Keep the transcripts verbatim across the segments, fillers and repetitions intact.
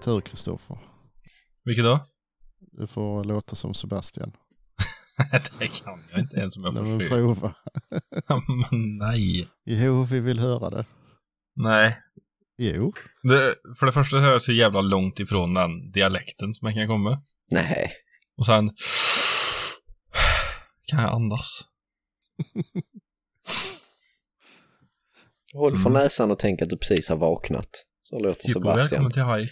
tur, Kristoffer. Vilket då? Du får låta som Sebastian. Det kan jag inte ens om jag får Nej, prova. Nej. Jo, vi vill höra det. Nej. Jo. Det, för det första är jag så jävla långt ifrån den dialekten som jag kan komma. Nej. Och sen kan jag andas. Håll för mm. näsan och tänk att du precis har vaknat. Så låter Sebastian. Välkommen till Hike.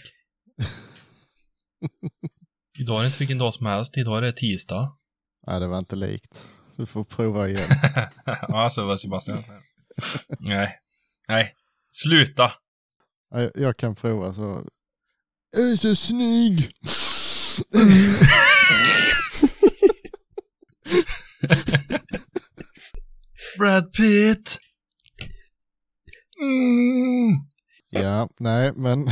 Idag är det inte vilken dag som helst. Idag är det tisdag. Nej, det var inte likt. Du får prova igen. Ja, så var Sebastian. Nej. Nej. Sluta. Jag, jag kan prova så. Jag är så snygg. Brad Pitt. Mm. Ja, nej, men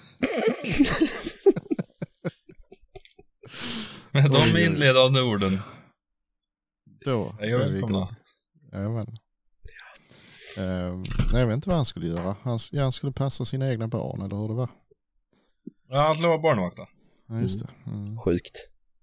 med de inledande orden. Då är vi välkomna. Ja, men. Um, nej, jag vet inte vad han skulle göra. Han, ja, han skulle passa sina egna barn, eller hur det var? Ja, han skulle vara barnvakt. Ja, just det. Mm. Sjukt.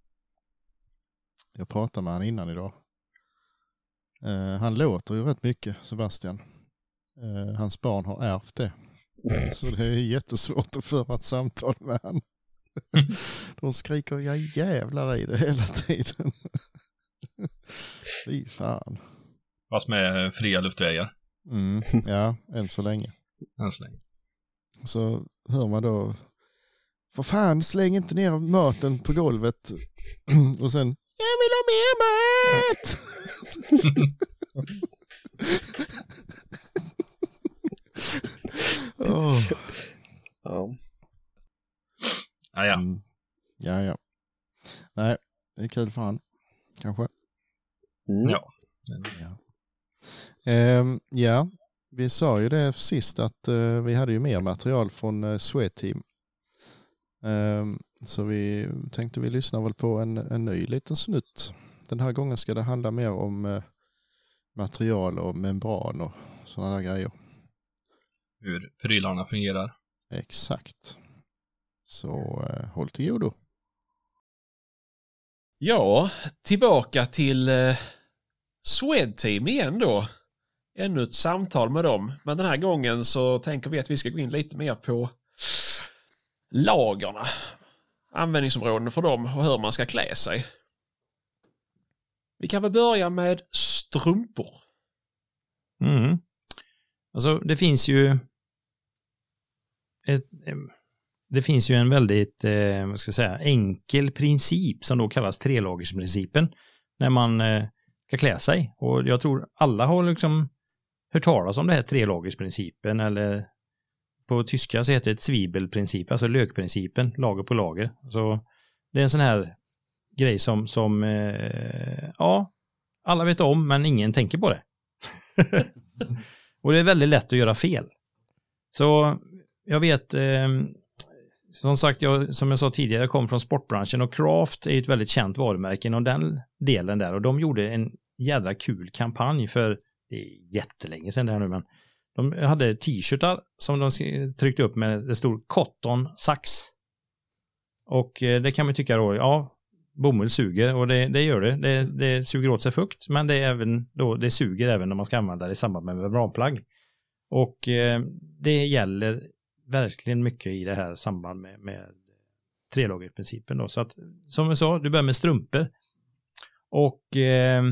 Jag pratade med han innan idag. Uh, han låter ju rätt mycket, Sebastian. Uh, hans barn har ärvt det. Så det är jättesvårt att föra ett samtal med han. De skriker jag jävlar i det hela tiden. Fy fan. Vad som är fria luftvägar. Mm, ja, än så länge. Än så länge. Så hör man då, för fan, släng inte ner maten på golvet. Och sen, jag vill ha mer mat! oh. Ja. Ja, ja. Mm. Ja, ja. Nej, det är kul för han. Kanske. Mm. Ja. Ja. Um, ja, vi sa ju det sist att uh, vi hade ju mer material från uh, Swedteam. Um, så vi tänkte vi lyssnar väl på en, en ny liten snutt. Den här gången ska det handla mer om uh, material och membran och sådana där grejer. Hur prylarna fungerar. Exakt. Så uh, håll till godo. Ja, tillbaka till uh, Swedteam igen då. Ännu ett samtal med dem. Men den här gången så tänker vi att vi ska gå in lite mer på lagerna. Användningsområden för dem och hur man ska klä sig. Vi kan väl börja med strumpor. Mm. Alltså det finns ju ett, det finns ju en väldigt eh, vad ska jag säga, enkel princip som då kallas trelagersprincipen när man eh, ska klä sig. Och jag tror alla har liksom hört talas om det här trelagersprincipen, eller på tyska så heter det zwiebelprincip, alltså lökprincipen, lager på lager. Så det är en sån här grej som, som eh, ja, alla vet om men ingen tänker på det. Och det är väldigt lätt att göra fel. Så jag vet, eh, som sagt, jag, som jag sa tidigare, jag kom från sportbranschen och Craft är ett väldigt känt varumärke inom den delen där, och de gjorde en jädra kul kampanj för, det är jättelänge sedan det här nu, men de hade t-shirtar som de tryckte upp med det stod Cotton Sax. Och det kan man tycka då, ja, bomull suger, och det, det gör det. det. Det suger åt sig fukt, men det, är även då, det suger även när man ska använda det i samband med membranplagg. Och eh, det gäller verkligen mycket i det här samband med, med trelagerprincipen då. Så att, som jag sa, du börjar med strumpor. Och eh,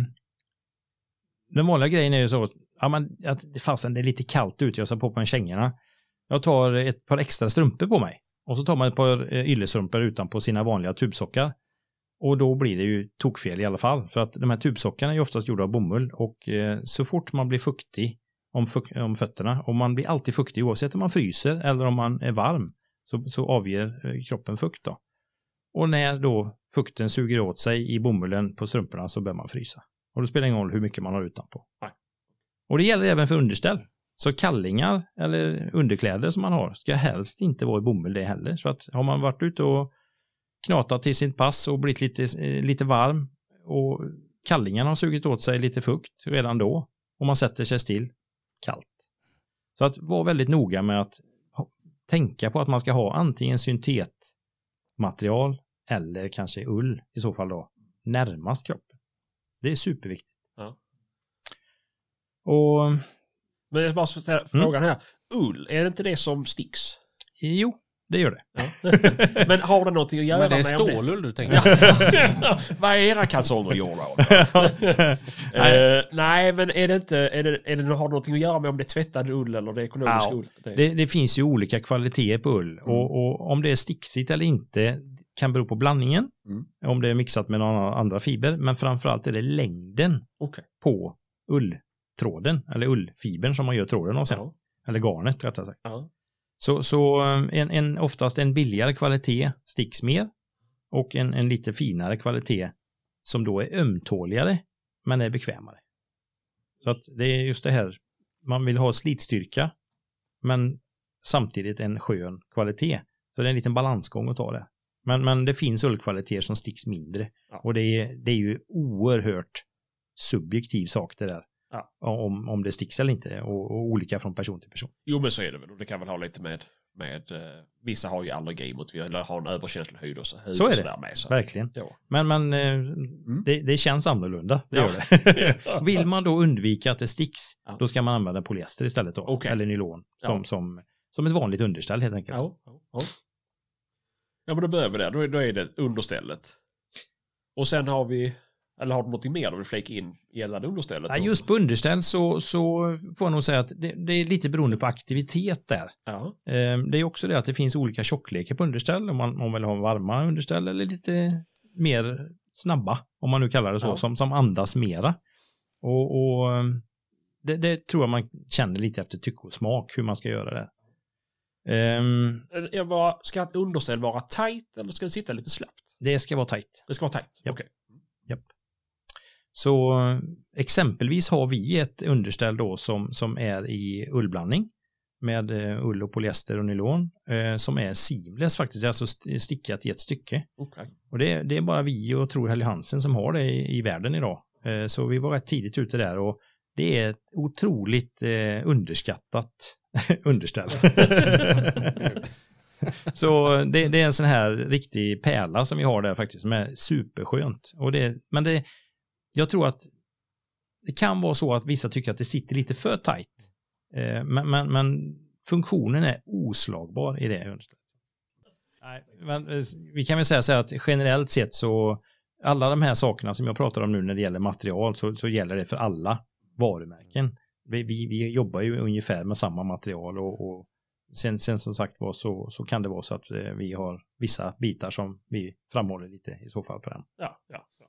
den vanliga grejen är ju så ja, men, att det fastän det är lite kallt ute, jag ska på på en kängorna. Jag tar ett par extra strumpor på mig. Och så tar man ett par yllestrumpor utan på sina vanliga tubsockar. Och då blir det ju tokfel i alla fall. För att de här tubsockarna är oftast gjorda av bomull. Och eh, så fort man blir fuktig om, om fötterna, och man blir alltid fuktig oavsett om man fryser eller om man är varm, så, så avger eh, kroppen fukt då. Och när då fukten suger åt sig i bomullen på strumporna så bör man frysa. Och då spelar det ingen roll hur mycket man har utanpå. Nej. Och det gäller även för underställ. Så kallingar eller underkläder som man har ska helst inte vara i bomull det heller. Så att har man varit ute och knatat till sitt pass och blivit lite, lite varm och kallingarna har sugit åt sig lite fukt redan då, och man sätter sig still, kallt. Så att vara väldigt noga med att tänka på att man ska ha antingen syntetmaterial eller kanske ull i så fall då närmast kroppen. Det är superviktigt. Ja. Och Men jag bara ska ställa frågan här. Ull, är det inte det som sticks? jo, det gör det. Ja. Men har det någonting att göra med Men det är med stålull du tänker. Ja. Vad är era kalsonger gjorda av? uh, nej, men är det inte, är det, är det, har det någonting att göra med om det är tvättad ull eller det är ekonomisk Ja, ull? Det... Det, det finns ju olika kvaliteter på ull Mm. och, och om det är sticksigt eller inte kan bero på blandningen, Mm. om det är mixat med några andra fiber, men framförallt är det längden Okay. på ulltråden eller ullfibern som man gör tråden av sen, Ja. eller garnet rättare sagt. Ja. Så, så en, en, oftast en billigare kvalitet sticks mer och en, en lite finare kvalitet som då är ömtåligare men är bekvämare. Så att det är just det här, man vill ha slitstyrka men samtidigt en skön kvalitet. Så det är en liten balansgång att ta det. Men, men det finns ullkvaliteter som sticks mindre. Ja. Och det är, det är ju oerhört subjektiv sak det där. Ja. Om, om det sticks eller inte och, och olika från person till person. Jo, men så är det väl. Och det kan väl ha lite med, med uh, vissa har ju allergi mot, eller har en överkänslig hud och så, hud Så är och det, där med, så. verkligen. Ja. Men, men eh, det, det känns annorlunda, det Ja. gör det. Vill man då undvika att det sticks, Ja. då ska man använda polyester istället då, Okej. eller nylon, som, Ja. som, som ett vanligt underställ helt enkelt. Ja, ja, ja. Ja, men då börjar vi där. Då är, då är det understället. Och sen har vi, eller har du något mer du vill flika in gällande understället? Ja, just på underställ så, så får jag nog säga att det, det är lite beroende på aktivitet där. Ja. Eh, det är också det att det finns olika tjocklekar på underställ, om man, om man vill ha varma underställ eller lite mer snabba, om man nu kallar det så, Ja. som, som andas mera. Och, och det, det tror jag man känner lite efter tycke och smak hur man ska göra det. Um, Jag bara, ska ett underställ vara tight eller ska det sitta lite slappt? det ska vara tajt. Det ska vara tight? Ja. Okej. Japp. Så exempelvis har vi ett underställ då som, som är i ullblandning med eh, ull och polyester och nylon eh, som är seamless faktiskt, alltså st- stickat i ett stycke. Okay. Och det, det är bara vi och Tror Helly Hansen som har det i, i världen idag. Eh, så vi var rätt tidigt ute där och det är ett otroligt eh, underskattat underställ. Så det, det är en sån här riktig pärla som vi har där faktiskt som är superskönt. Och det, men det, jag tror att det kan vara så att vissa tycker att det sitter lite för tajt. Eh, men, men, men funktionen är oslagbar i det understället. Nej, men vi kan väl säga så här att generellt sett så alla de här sakerna som jag pratar om nu när det gäller material så, så gäller det för alla varumärken. Vi, vi, vi jobbar ju ungefär med samma material och, och sen, sen som sagt var så, så kan det vara så att eh, vi har vissa bitar som vi framhåller lite i så fall på den. Ja, ja, ja.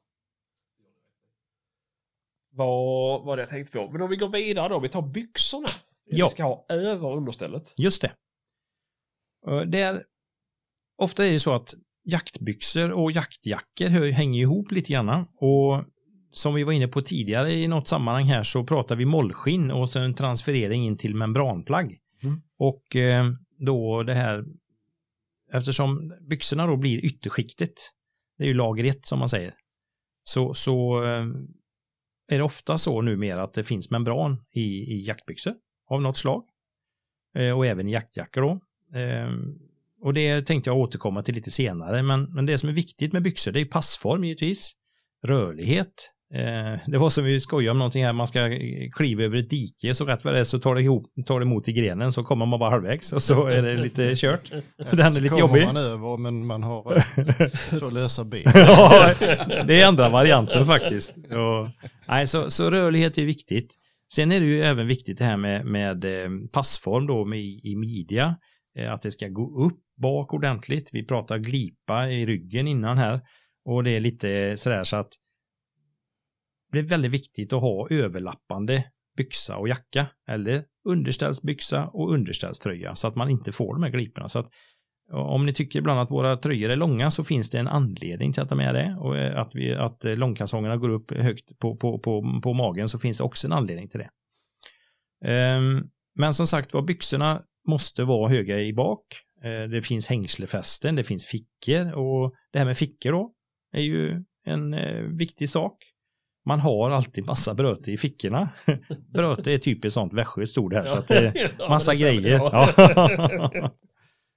Vad var det jag tänkte på? Men om vi går vidare då, vi tar byxorna. Ja. Vi ska ha över understället. Just det. Och där, ofta är det så att jaktbyxor och jaktjackor hänger ihop lite grann och som vi var inne på tidigare i något sammanhang här så pratar vi mollskinn och så en transferering in till membranplagg. Mm. Och eh, då det här, eftersom byxorna då blir ytterskiktet, det är ju lager ett som man säger, så, så eh, är det ofta så numera att det finns membran i, i jaktbyxor av något slag. Eh, och även i jaktjackor då. Eh, och det tänkte jag återkomma till lite senare, men, men det som är viktigt med byxor det är passform givetvis, rörlighet. Eh, det var som vi skojade om någonting här, man ska kliva över ett dike så rätt vad det är så tar det, ihop, tar det emot i grenen så kommer man bara halvvägs och så är det lite kört. Den är lite jobbig. man över men man har två lösa ben. Ja, det är andra varianter faktiskt. Och, nej, så, så rörlighet är viktigt. Sen är det ju även viktigt det här med, med passform då med, i media. Att det ska gå upp bak ordentligt. Vi pratar glipa i ryggen innan här. Och det är lite sådär så att det är väldigt viktigt att ha överlappande byxa och jacka. Eller underställsbyxa och underställströja. Så att man inte får de här gliporna. Så att om ni tycker ibland att våra tröjor är långa så finns det en anledning till att de är det. Och att, vi, att långkalsongerna går upp högt på, på, på, på magen så finns det också en anledning till det. Um, men som sagt var, byxorna måste vara höga i bak. Uh, det finns hängslefästen, det finns fickor. Och det här med fickor då är ju en uh, viktig sak. Man har alltid massa bröte i fickorna. Bröte är typiskt sånt västgötskt ord här. Ja. Så att det är massa ja, grejer. Ja.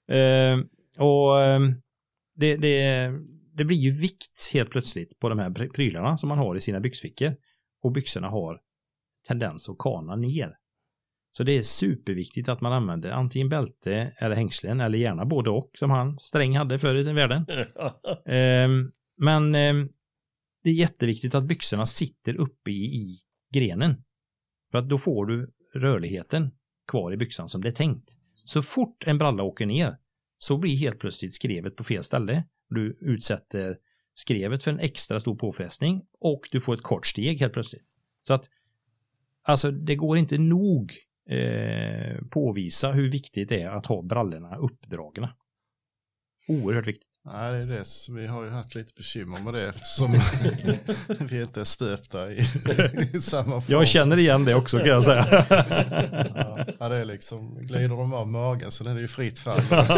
Eh, och eh, det, det, det blir ju vikt helt plötsligt på de här prylarna som man har i sina byxfickor. Och byxorna har tendens att kana ner. Så det är superviktigt att man använder antingen bälte eller hängslen eller gärna både och som han Sträng hade förr i den världen. eh, men eh, det är jätteviktigt att byxorna sitter uppe i, i grenen. För att då får du rörligheten kvar i byxan som det är tänkt. Så fort en bralla åker ner så blir helt plötsligt skrevet på fel ställe. Du utsätter skrevet för en extra stor påfrestning och du får ett kort steg helt plötsligt. Så att alltså det går inte nog eh, påvisa hur viktigt det är att ha brallorna uppdragna. Oerhört viktigt. Nej, det är det. Vi har ju haft lite bekymmer med det eftersom vi inte är stöpta i, i samma form. Jag känner igen det också kan jag säga. Ja, det är liksom, glider de av magen så är det ju fritt fall.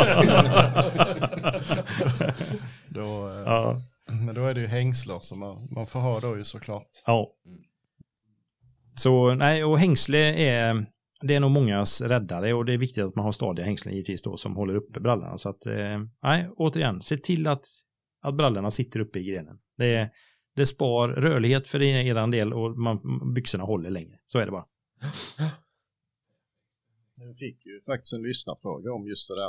då, ja. Men då är det ju hängslar som man, man får ha då ju såklart. Ja. Så nej, och hängsle är det är nog mångas räddare och det är viktigt att man har stadiga hängslen givetvis då som håller uppe brallorna. Så att, eh, nej, återigen, se till att, att brallorna sitter uppe i grenen. Det, det spar rörlighet för er del och man, byxorna håller längre. Så är det bara. Jag fick ju faktiskt en lyssnarfråga om just det där.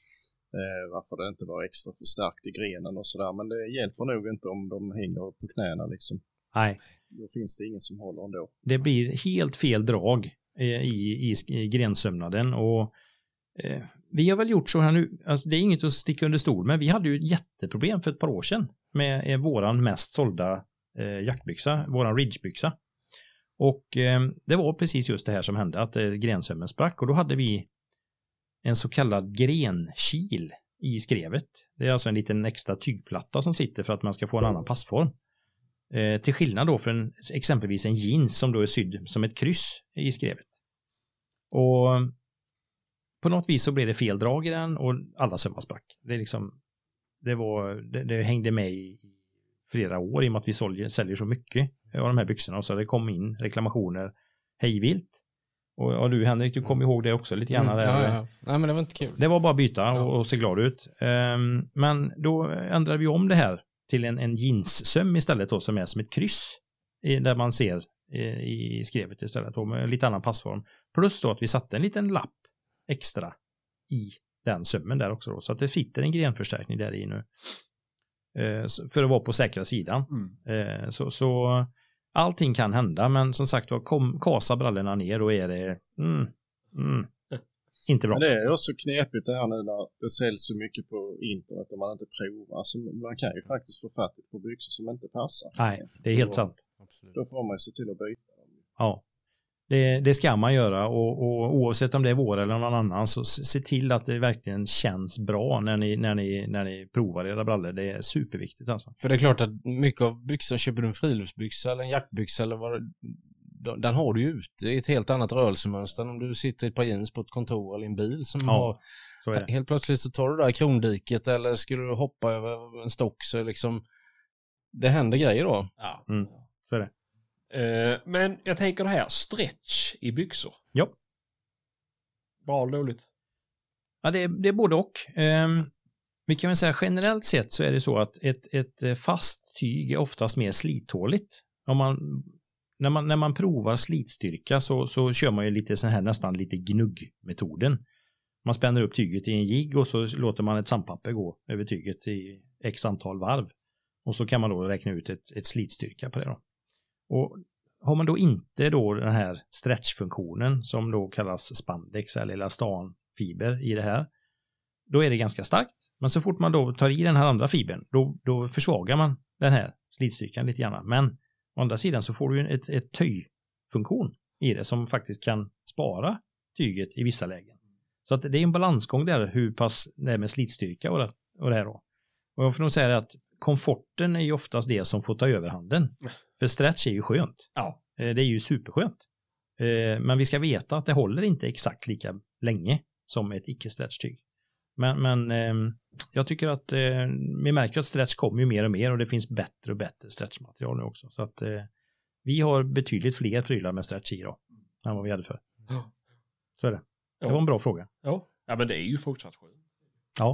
Eh, varför det inte var extra förstärkt i grenen och sådär. Men det hjälper nog inte om de hänger på knäna liksom. Nej. Då finns det ingen som håller ändå. Det blir helt fel drag i, i, i grensömnaden och eh, vi har väl gjort så här nu, alltså det är inget att sticka under stol men vi hade ju ett jätteproblem för ett par år sedan med eh, våran mest sålda eh, jaktbyxa, våran ridgebyxa och eh, det var precis just det här som hände att eh, grensömmen sprack och då hade vi en så kallad grenkil i skrevet. Det är alltså en liten extra tygplatta som sitter för att man ska få en annan passform. Eh, till skillnad då för en, exempelvis en jeans som då är sydd som ett kryss i skrevet. Och på något vis så blev det fel drag i den och alla sömmar sprack. Det, är liksom, det, var, det, det hängde med i flera år i och med att vi säljer, säljer så mycket av de här byxorna. Och så det kom in reklamationer hejvilt. Och, och du Henrik, du kom ihåg det också lite grann. Mm, ja, ja. Nej, men det var inte kul. Det var bara byta ja. och, och se glad ut. Um, men då ändrade vi om det här till en, en jeanssöm istället då, som är som ett kryss i, där man ser i, i skrevet istället då, med lite annan passform. Plus då att vi satte en liten lapp extra i den sömmen där också då, så att det sitter en grenförstärkning där i nu. Uh, för att vara på säkra sidan. Mm. Uh, så, så allting kan hända, men som sagt var, kom, kasa brallorna ner och är det mm, mm, inte bra. Men det är också knepigt det här nu när det säljs så mycket på internet och man inte provar. Alltså man kan ju faktiskt få fatt på byxor som inte passar. Nej, det är helt då, sant. Då får man ju se till att byta dem. Ja, det, det ska man göra och, och oavsett om det är vår eller någon annan så se till att det verkligen känns bra när ni, när ni, när ni provar era brallor. Det är superviktigt alltså. För det är klart att mycket av byxor, köper du en friluftsbyxa eller en jaktbyxa eller vad det, den har du ju ute i ett helt annat rörelsemönster än om du sitter i ett par jeans på ett kontor eller en bil som ja, har så är det. Helt plötsligt så tar du där krondiket eller skulle du hoppa över en stock så liksom det händer grejer då. Ja, mm, så är det. Uh, men jag tänker det här, stretch i byxor. Ja. Bra eller dåligt? Ja, det är, det är både och. Um, vi kan väl säga generellt sett så är det så att ett, ett fast tyg är oftast mer slithåligt. Om man, när, man, när man provar slitstyrka så, så kör man ju lite sån här nästan lite gnugg-metoden. Man spänner upp tyget i en jigg och så låter man ett sandpapper gå över tyget i x antal varv. Och så kan man då räkna ut ett, ett slitstyrka på det då. Och har man då inte då den här stretchfunktionen som då kallas spandex eller elastanfiber i det här, då är det ganska starkt. Men så fort man då tar i den här andra fibern, då, då försvagar man den här slitstyrkan lite grann. Men å andra sidan så får du ett, ett töjfunktion i det som faktiskt kan spara tyget i vissa lägen. Så att det är en balansgång där hur pass det är med slitstyrka och det, och det här då. Och jag får nog säga att komforten är ju oftast det som får ta överhanden. För stretch är ju skönt. Ja. Det är ju superskönt. Men vi ska veta att det håller inte exakt lika länge som ett icke-stretchtyg. Men, men jag tycker att vi märker att stretch kommer ju mer och mer och det finns bättre och bättre stretchmaterial nu också. Så att vi har betydligt fler prylar med stretch i då än vad vi hade för. Så är det. Det var en bra fråga. Ja, ja men det är ju fortsatt skönt. Ja.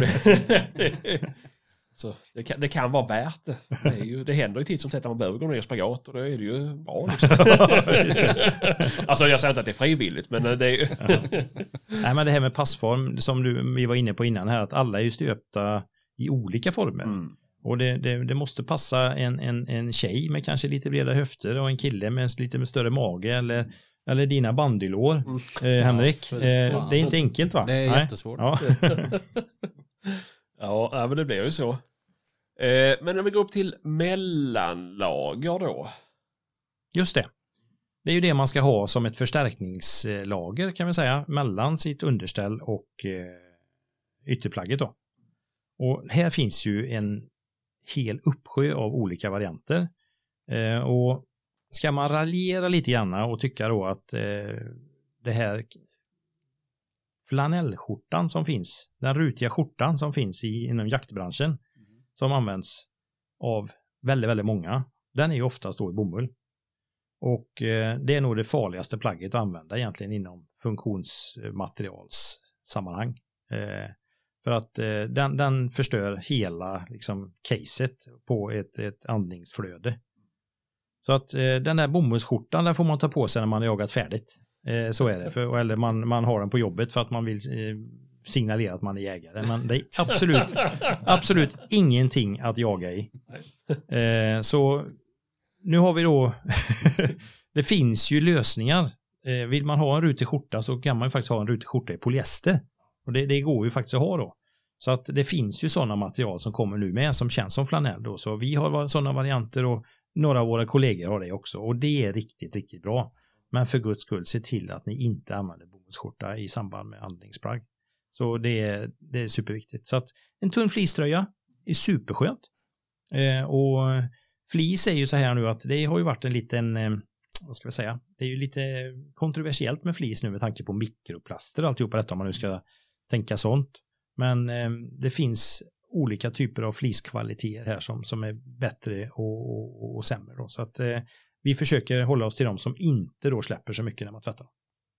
Så det kan, det kan vara värt det. Det, är ju, det händer ju titt som tätt att man behöver gå ner i spagat och då är det ju bra. Liksom. Alltså jag säger inte att det är frivilligt, men det är ju... Nej, men det här med passform som du, vi var inne på innan här, att alla är ju stöpta i olika former. Mm. Och det, det, det måste passa en, en, en tjej med kanske lite bredare höfter och en kille med lite med större mage eller, eller dina bandylår, mm. eh, Henrik. Ja, eh, det är inte enkelt, va? Det är Nej. Jättesvårt. Ja. Ja, men det blir ju så. Eh, men om vi går upp till mellanlager då. Just det. Det är ju det man ska ha som ett förstärkningslager, kan vi säga, mellan sitt underställ och eh, ytterplagget då. Och här finns ju en hel uppsjö av olika varianter. Eh, och ska man raljera lite grann och tycka då att eh, det här flanellskjortan som finns, den rutiga skjortan som finns i, inom jaktbranschen, mm. som används av väldigt, väldigt många, den är ju oftast då i bomull. Och eh, det är nog det farligaste plagget att använda egentligen inom funktionsmaterialssammanhang. Eh, för att eh, den, den förstör hela liksom, caset på ett, ett andningsflöde. Så att eh, den där bomullsskjortan den får man ta på sig när man har jagat färdigt. Eh, så är det. För, eller man, man har den på jobbet för att man vill eh, signalera att man är jägare. Men det är absolut, absolut ingenting att jaga i. Eh, så nu har vi då det finns ju lösningar. Eh, vill man ha en rutig skjorta så kan man ju faktiskt ha en rutig skjorta i polyester. Och det, det går ju faktiskt att ha då. Så att det finns ju sådana material som kommer nu med som känns som flanell då. Så vi har sådana varianter och några av våra kollegor har det också. Och det är riktigt, riktigt bra. Men för guds skull, se till att ni inte använder bomullsskjorta i samband med andningsplagg. Så det är, det är superviktigt. Så att en tunn fleecetröja är superskönt. Eh, och fleece är ju så här nu att det har ju varit en liten, eh, vad ska vi säga, det är ju lite kontroversiellt med fleece nu med tanke på mikroplaster och alltihopa detta om man nu ska tänka sånt. Men eh, det finns olika typer av fleecekvaliteter här som, som är bättre och, och, och sämre då. Så att eh, vi försöker hålla oss till dem som inte då släpper så mycket när man tvättar.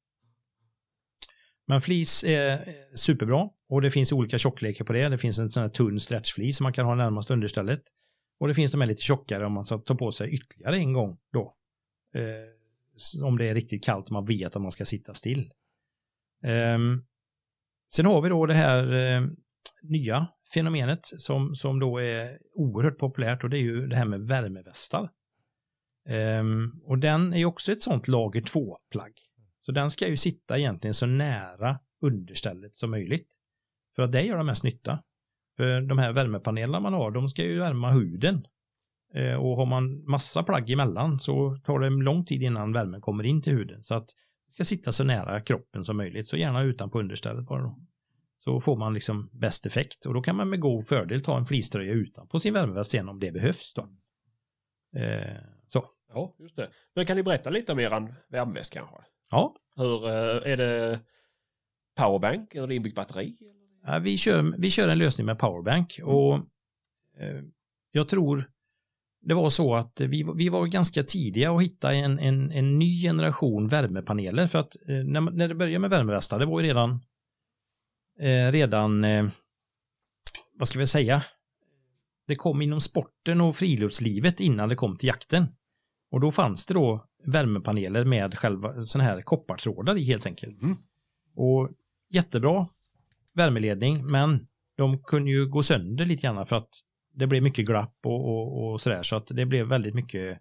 Men fleece är superbra och det finns olika tjocklekar på det. Det finns en sån här tunn stretchfleece som man kan ha närmast understället. Och det finns de här lite tjockare om man ska ta på sig ytterligare en gång då. Eh, om det är riktigt kallt och man vet att man ska sitta still. Eh, sen har vi då det här eh, nya fenomenet som, som då är oerhört populärt och det är ju det här med värmevästar. Eh, och den är ju också ett sånt lager två-plagg. Så den ska ju sitta egentligen så nära understället som möjligt. För att det gör de mest nytta. För de här värmepanelerna man har, de ska ju värma huden. Eh, och har man massa plagg emellan så tar det lång tid innan värmen kommer in till huden. Så att det ska sitta så nära kroppen som möjligt. Så gärna utanpå understället bara då. Så får man liksom bäst effekt. Och då kan man med god fördel ta en fleecetröja utanpå sin värmeväst sen om det behövs då. Eh, så. Ja, just det. Men kan ni berätta lite mer om värmeväst kanske? Ja. Hur är det powerbank eller inbyggt batteri? Ja, vi, kör, vi kör en lösning med powerbank och eh, jag tror det var så att vi, vi var ganska tidiga att hitta en, en, en ny generation värmepaneler för att eh, när, när det började med värmevästar, det var ju redan eh, redan eh, vad ska vi säga, det kom inom sporten och friluftslivet innan det kom till jakten. Och då fanns det då värmepaneler med själva såna här koppartrådar i helt enkelt. Mm. Och jättebra värmeledning, men de kunde ju gå sönder lite grann för att det blev mycket glapp och, och, och sådär. Så att det blev väldigt mycket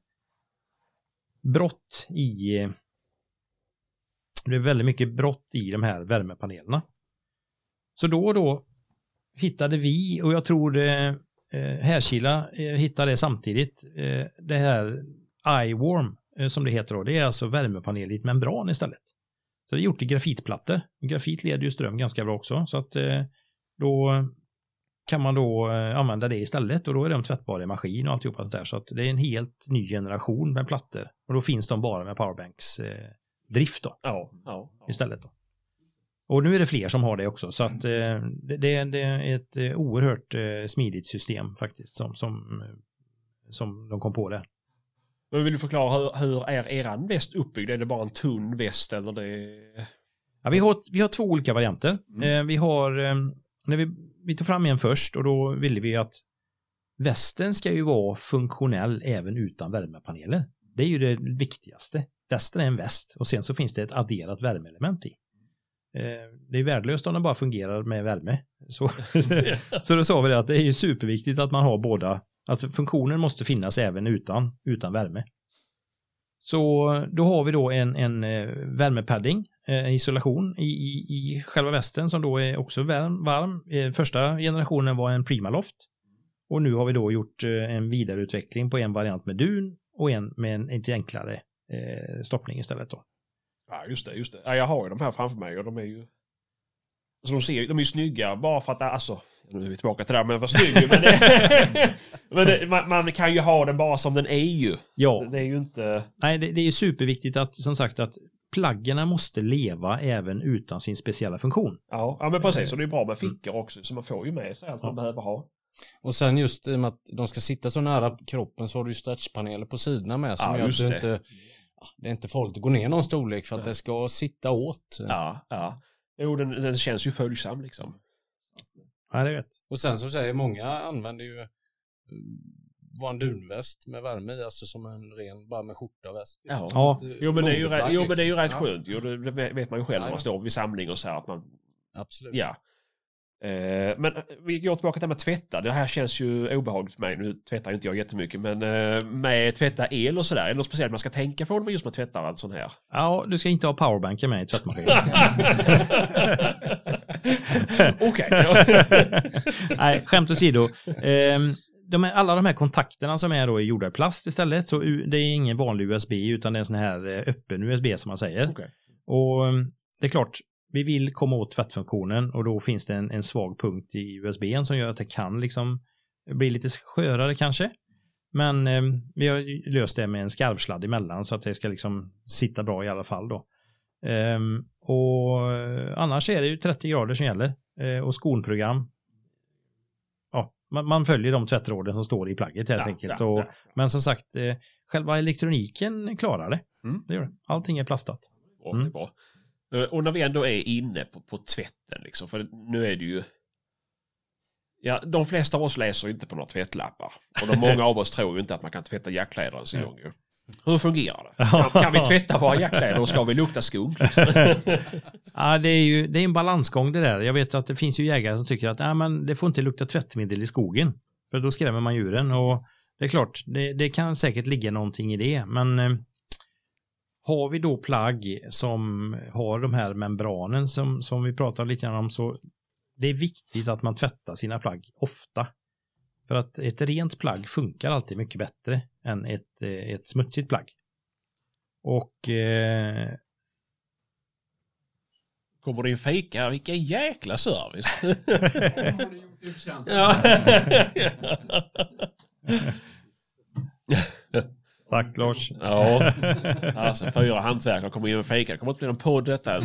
brott i det blev väldigt mycket brott i de här värmepanelerna. Så då och då hittade vi, och jag tror eh, Härkila eh, hittade det samtidigt, eh, det här iWarm eh, som det heter då. Det är alltså värmepanel i ett membran istället. Så det är gjort i grafitplattor. Grafit leder ju ström ganska bra också. Så att eh, då kan man då eh, använda det istället. Och då är de tvättbara i maskin och alltihopa sånt där. Så att det är en helt ny generation med plattor. Och då finns de bara med powerbanks eh, drift då. Ja, ja, ja. Istället då. Och nu är det fler som har det också. Så att eh, det, det är ett eh, oerhört eh, smidigt system faktiskt. Som, som, som de kom på det. Men vill du förklara hur, hur är eran väst uppbyggd? Är det bara en tunn väst eller det? Ja, vi har, vi har två olika varianter. Mm. Eh, vi har eh, när vi, vi tog fram en först och då ville vi att västen ska ju vara funktionell även utan värmepaneler. Det är ju det viktigaste. Västen är en väst och sen så finns det ett adderat värmeelement i. Det är värdelöst om den bara fungerar med värme. Så, så då sa vi det att det är ju superviktigt att man har båda. Att funktionen måste finnas även utan, utan värme. Så då har vi då en, en värmepadding, en isolation i, i, i själva västen som då är också varm, varm. Första generationen var en Primaloft. Och nu har vi då gjort en vidareutveckling på en variant med dun och en med en lite enklare eh, stoppning istället då. Ja, just det, just det. Ja, jag har ju de här framför mig och de är ju... Alltså de, ser, de är ju snygga bara för att, alltså, nu är vi tillbaka till det här, men vad snygg men, det, men det, man, man kan ju ha den bara som den är ju. Ja. Det är ju inte... Nej, det, det är ju superviktigt att, som sagt, att plaggarna måste leva även utan sin speciella funktion. Ja, ja men precis, och det är bra med fickor också, så man får ju med sig allt man ja. behöver ha. Och sen just i och med att de ska sitta så nära kroppen så har du ju stretchpaneler på sidorna med som ja, gör att du det. inte... Det är inte farligt att gå ner någon storlek för att ja. det ska sitta åt. Ja, ja. Jo, den, den känns ju följsam liksom. Ja, det vet. Och sen så säger många använder ju var en dunväst med värme i, alltså som en ren, bara med skjorta väst. Ja, ja. Jo, men det är ju rätt, jo, men det är ju rätt ja. skönt. Jo, det vet man ju själv när man står vid samling och så här att man... Absolut. Ja. Eh, men vi går tillbaka till med tvätta. Det här känns ju obehagligt för mig. Nu tvättar inte jag jättemycket, men eh, med tvätta el och sådär, är det något speciellt man ska tänka på när just man tvättar allt sånt här? Ja, du ska inte ha powerbanken med i tvättmaskinen. Okej. Nej, skämt åsido. Eh, de är, alla de här kontakterna som är då är gjorda i plast istället, så det är ingen vanlig U S B utan det är en sån här öppen U S B som man säger. Okay. Och det är klart, vi vill komma åt tvättfunktionen och då finns det en, en svag punkt i U S B som gör att det kan liksom bli lite skörare kanske. Men eh, vi har löst det med en skarvsladd emellan så att det ska liksom sitta bra i alla fall då. Ehm, och annars är det ju trettio grader som gäller eh, och skonprogram. Ja, man, man följer de tvättråden som står i plagget helt ja, enkelt. Ja, och, ja. Men som sagt, eh, själva elektroniken klarar det. Mm. Det gör det. Allting är plastat. Ja, det är bra. Och när vi ändå är inne på, på tvätten liksom, för nu är det ju ja, de flesta av oss läser inte på några tvättlappar och de många av oss tror ju inte att man kan tvätta jackkläder ens en gång ju. Hur fungerar det? Kan, kan vi tvätta våra jackkläder och ska vi lukta skog? Liksom? Ja, det är ju det är en balansgång det där. Jag vet att det finns ju jägare som tycker att ja, men det får inte lukta tvättmedel i skogen för då skrämmer man djuren och det är klart, det, det kan säkert ligga någonting i det, men eh, har vi då plagg som har de här membranen som, som vi pratar lite grann om, så det är viktigt att man tvättar sina plagg ofta. För att ett rent plagg funkar alltid mycket bättre än ett, ett smutsigt plagg. Och eh... kommer det in fika? Vilken jäkla service! Ja. Tack Lars. Ja, alltså fyra hantverkare kommer in med fika. Det kommer inte bli någon podd detta.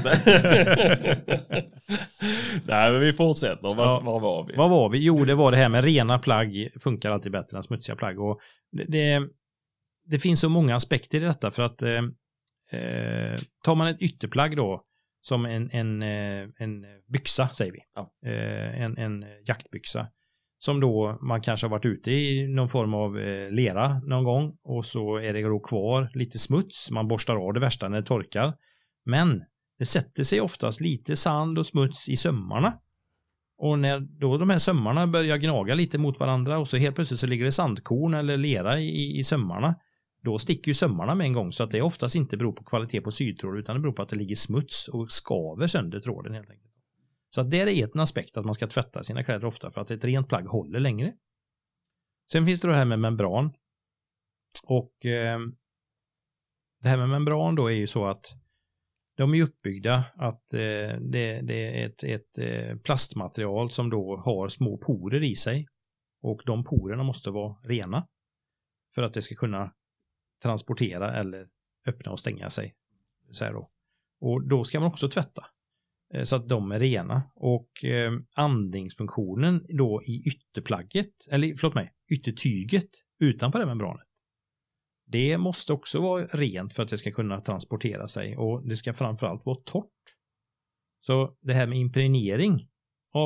Nej, men vi fortsätter. Var, ja. var var vi? Var var vi? Jo, det var det här med rena plagg funkar alltid bättre än smutsiga plagg. Och det, det, det finns så många aspekter i detta för att eh, tar man ett ytterplagg då som en, en, en byxa säger vi. Ja. Eh, en, en jaktbyxa. Som då man kanske har varit ute i någon form av eh, lera någon gång och så är det då kvar lite smuts. Man borstar av det värsta när det torkar. Men det sätter sig oftast lite sand och smuts i sömmarna. Och när då de här sömmarna börjar gnaga lite mot varandra och så helt plötsligt så ligger det sandkorn eller lera i, i sömmarna. Då sticker ju sömmarna med en gång så att det oftast inte beror på kvalitet på sytråd utan det beror på att det ligger smuts och skaver sönder tråden helt enkelt. Så att det är en aspekt att man ska tvätta sina kläder ofta för att ett rent plagg håller längre. Sen finns det det här med membran. Och eh, det här med membran då är ju så att de är uppbyggda att eh, det, det är ett, ett eh, plastmaterial som då har små porer i sig. Och de porerna måste vara rena för att det ska kunna transportera eller öppna och stänga sig. Så här då. Och då ska man också tvätta. Så att de är rena. Och eh, andningsfunktionen då i ytterplagget, eller förlåt mig, yttertyget utanpå det membranet. Det måste också vara rent för att det ska kunna transportera sig. Och det ska framförallt vara torrt. Så det här med impregnering av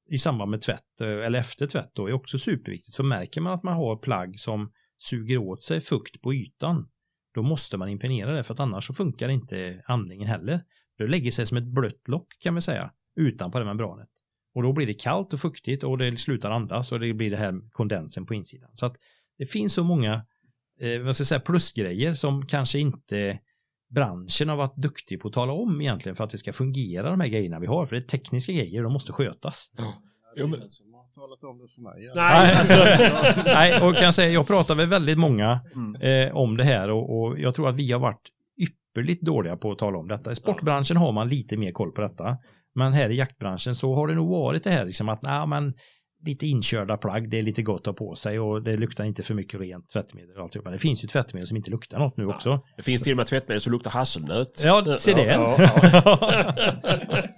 i samband med tvätt eller efter tvätt då är också superviktigt. Så märker man att man har plagg som suger åt sig fukt på ytan, då måste man impregnera det, för att annars så funkar inte andningen heller. Det lägger sig som ett blött lock kan man säga utanpå det membranet. Och då blir det kallt och fuktigt och det slutar andas och det blir det här kondensen på insidan. Så att det finns så många eh, vad ska jag säga, plusgrejer som kanske inte branschen har varit duktig på att tala om egentligen för att det ska fungera, de här grejerna vi har. För det är tekniska grejer, de måste skötas. Ja. Jo, men... som har talat om det för mig. Nej, alltså, nej, och kan jag säga, jag pratar med väldigt många mm. eh, om det här och, och jag tror att vi har varit ypperligt dåliga på att tala om detta. I sportbranschen har man lite mer koll på detta. Men här i jaktbranschen så har det nog varit det här liksom att nej, men lite inkörda plagg, det är lite gott att ha på sig och det luktar inte för mycket rent tvättmedel och alltihop. Men det finns ju tvättmedel som inte luktar något nu ja. också. Det finns till och med tvättmedel som luktar hasselnöt. Ja, se det. Ja, ja, ja.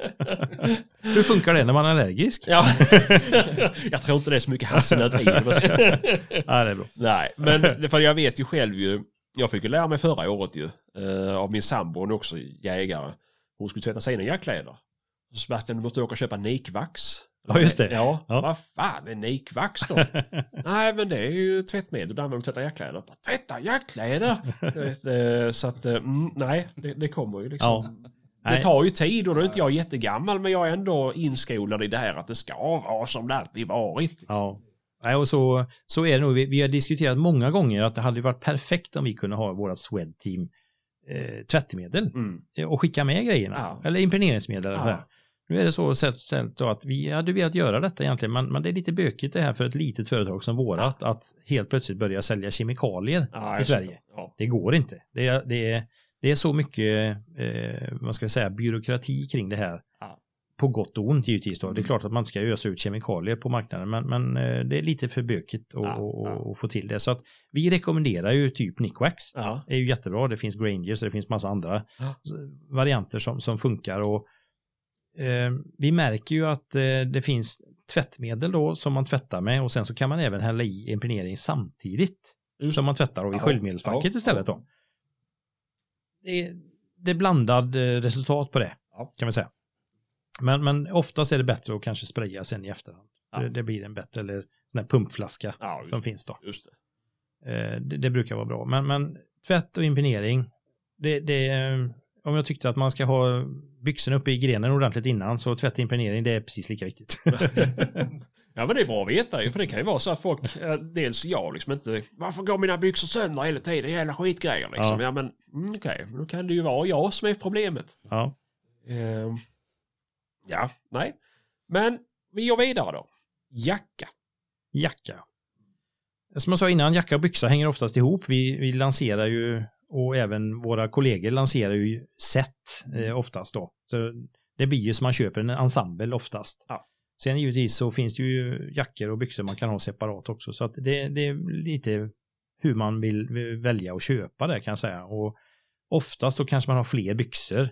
Hur funkar det när man är allergisk? Ja. Jag tror inte det är så mycket hasselnöt i det. Ja, det är bra. Nej, men för jag vet ju själv ju, jag fick ju lära mig förra året ju, av min sambo, hon är också jägare. Hon skulle tvätta sina jackkläder. Så Sebastian, du måste åka och köpa Nikvax. Ja, just det. Ja, ja. Vad fan är Nikvax då? Nej, men det är ju tvättmedel. Då använder de tvätta jackkläder. Tvätta jackkläder? Så att, mm, nej, det, det kommer ju liksom. Ja. Det tar ju tid och då är inte jag jättegammal, men jag är ändå inskolad i det här att det ska vara som det alltid varit. Ja. Nej, och så, så är det nog. Vi, vi har diskuterat många gånger att det hade varit perfekt om vi kunde ha vårat Swedteam eh, tvättmedel mm. och skicka med grejerna. Ja. Eller impregneringsmedel. Ja. Eller nu är det så sett att vi hade velat göra detta egentligen, men, men det är lite bökigt det här för ett litet företag som vårat att helt plötsligt börja sälja kemikalier ja, i Sverige. Ja. Det går inte. Det är, det är, det är så mycket eh, vad ska jag säga, byråkrati kring det här. Ja. På gott och ont givetvis då. Det är klart att man inte ska ösa ut kemikalier på marknaden, men, men det är lite för bökigt att ja, ja. få till det. Så att vi rekommenderar ju typ Nikvax. Ja. Det är ju jättebra. Det finns Grangers och det finns massa andra ja. varianter som, som funkar och eh, vi märker ju att eh, det finns tvättmedel då som man tvättar med och sen så kan man även hälla i impregnering samtidigt mm. som man tvättar då i ja. sköljmedelsfacket ja. istället då. Det är, det är blandad resultat på det ja. kan man säga. Men, men oftast är det bättre att kanske spraya sen i efterhand. Ja. Det, det blir en bättre, eller sån här pumpflaska ja, som finns då. Just det. Eh, det. Det brukar vara bra. Men, men tvätt och impregnering, det, det, om jag tyckte att man ska ha byxorna uppe i grenen ordentligt innan, så tvätt och impregnering, det är precis lika viktigt. Ja, men det är bra att veta, för det kan ju vara så att folk, dels jag liksom inte, varför går mina byxor sönder hela tiden, jävla skitgrejer liksom. Ja, ja men mm, okej, okay, då kan det ju vara jag som är problemet. Ja. Eh, Ja, nej. Men vi går vidare då. Jacka. Jacka. Som jag sa innan, jacka och byxa hänger oftast ihop. Vi, vi lanserar ju, och även våra kollegor lanserar ju set eh, oftast då. Så det blir ju som man köper en ensemble oftast. Ja. Sen givetvis så finns det ju jackor och byxor man kan ha separat också. Så att det, det är lite hur man vill välja att köpa det kan jag säga. Och oftast så kanske man har fler byxor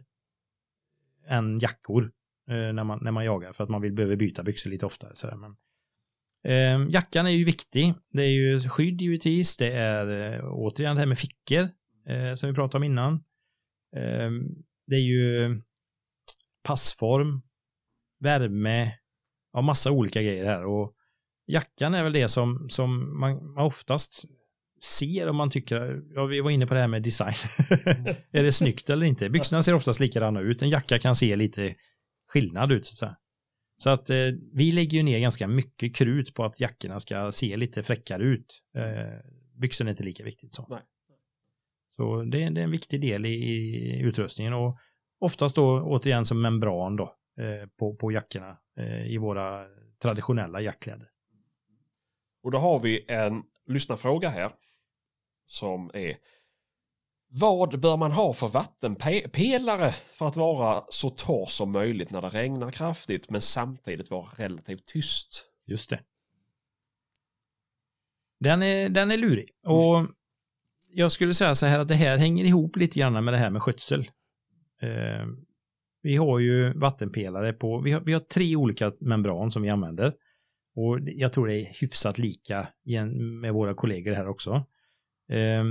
än jackor. När man, när man jagar för att man vill behöva byta byxor lite oftare. Sådär. Men, eh, jackan är ju viktig. Det är ju skydd givetvis. Det är eh, återigen det här med fickor eh, som vi pratade om innan. Eh, det är ju passform, värme, ja, massa olika grejer här. Och jackan är väl det som, som man, man oftast ser om man tycker, ja, vi var inne på det här med design. Är det snyggt eller inte? Byxorna ser oftast likadana ut. En jacka kan se lite skillnad ut så att säga. Så att eh, vi lägger ju ner ganska mycket krut på att jackorna ska se lite fräckare ut. Eh, byxorna är inte lika viktigt så. Nej. Så det, det är en viktig del i, i utrustningen och oftast då återigen som membran då eh, på, på jackorna eh, i våra traditionella jackkläder. Och då har vi en lyssnarfråga här som är: vad bör man ha för vattenpelare för att vara så torr som möjligt när det regnar kraftigt men samtidigt vara relativt tyst? Just det. Den är, den är lurig. Och jag skulle säga så här att det här hänger ihop lite grann med det här med skötsel. Eh, vi har ju vattenpelare på, vi har, vi har tre olika membran som vi använder. Och jag tror det är hyfsat lika med våra kollegor här också. Eh,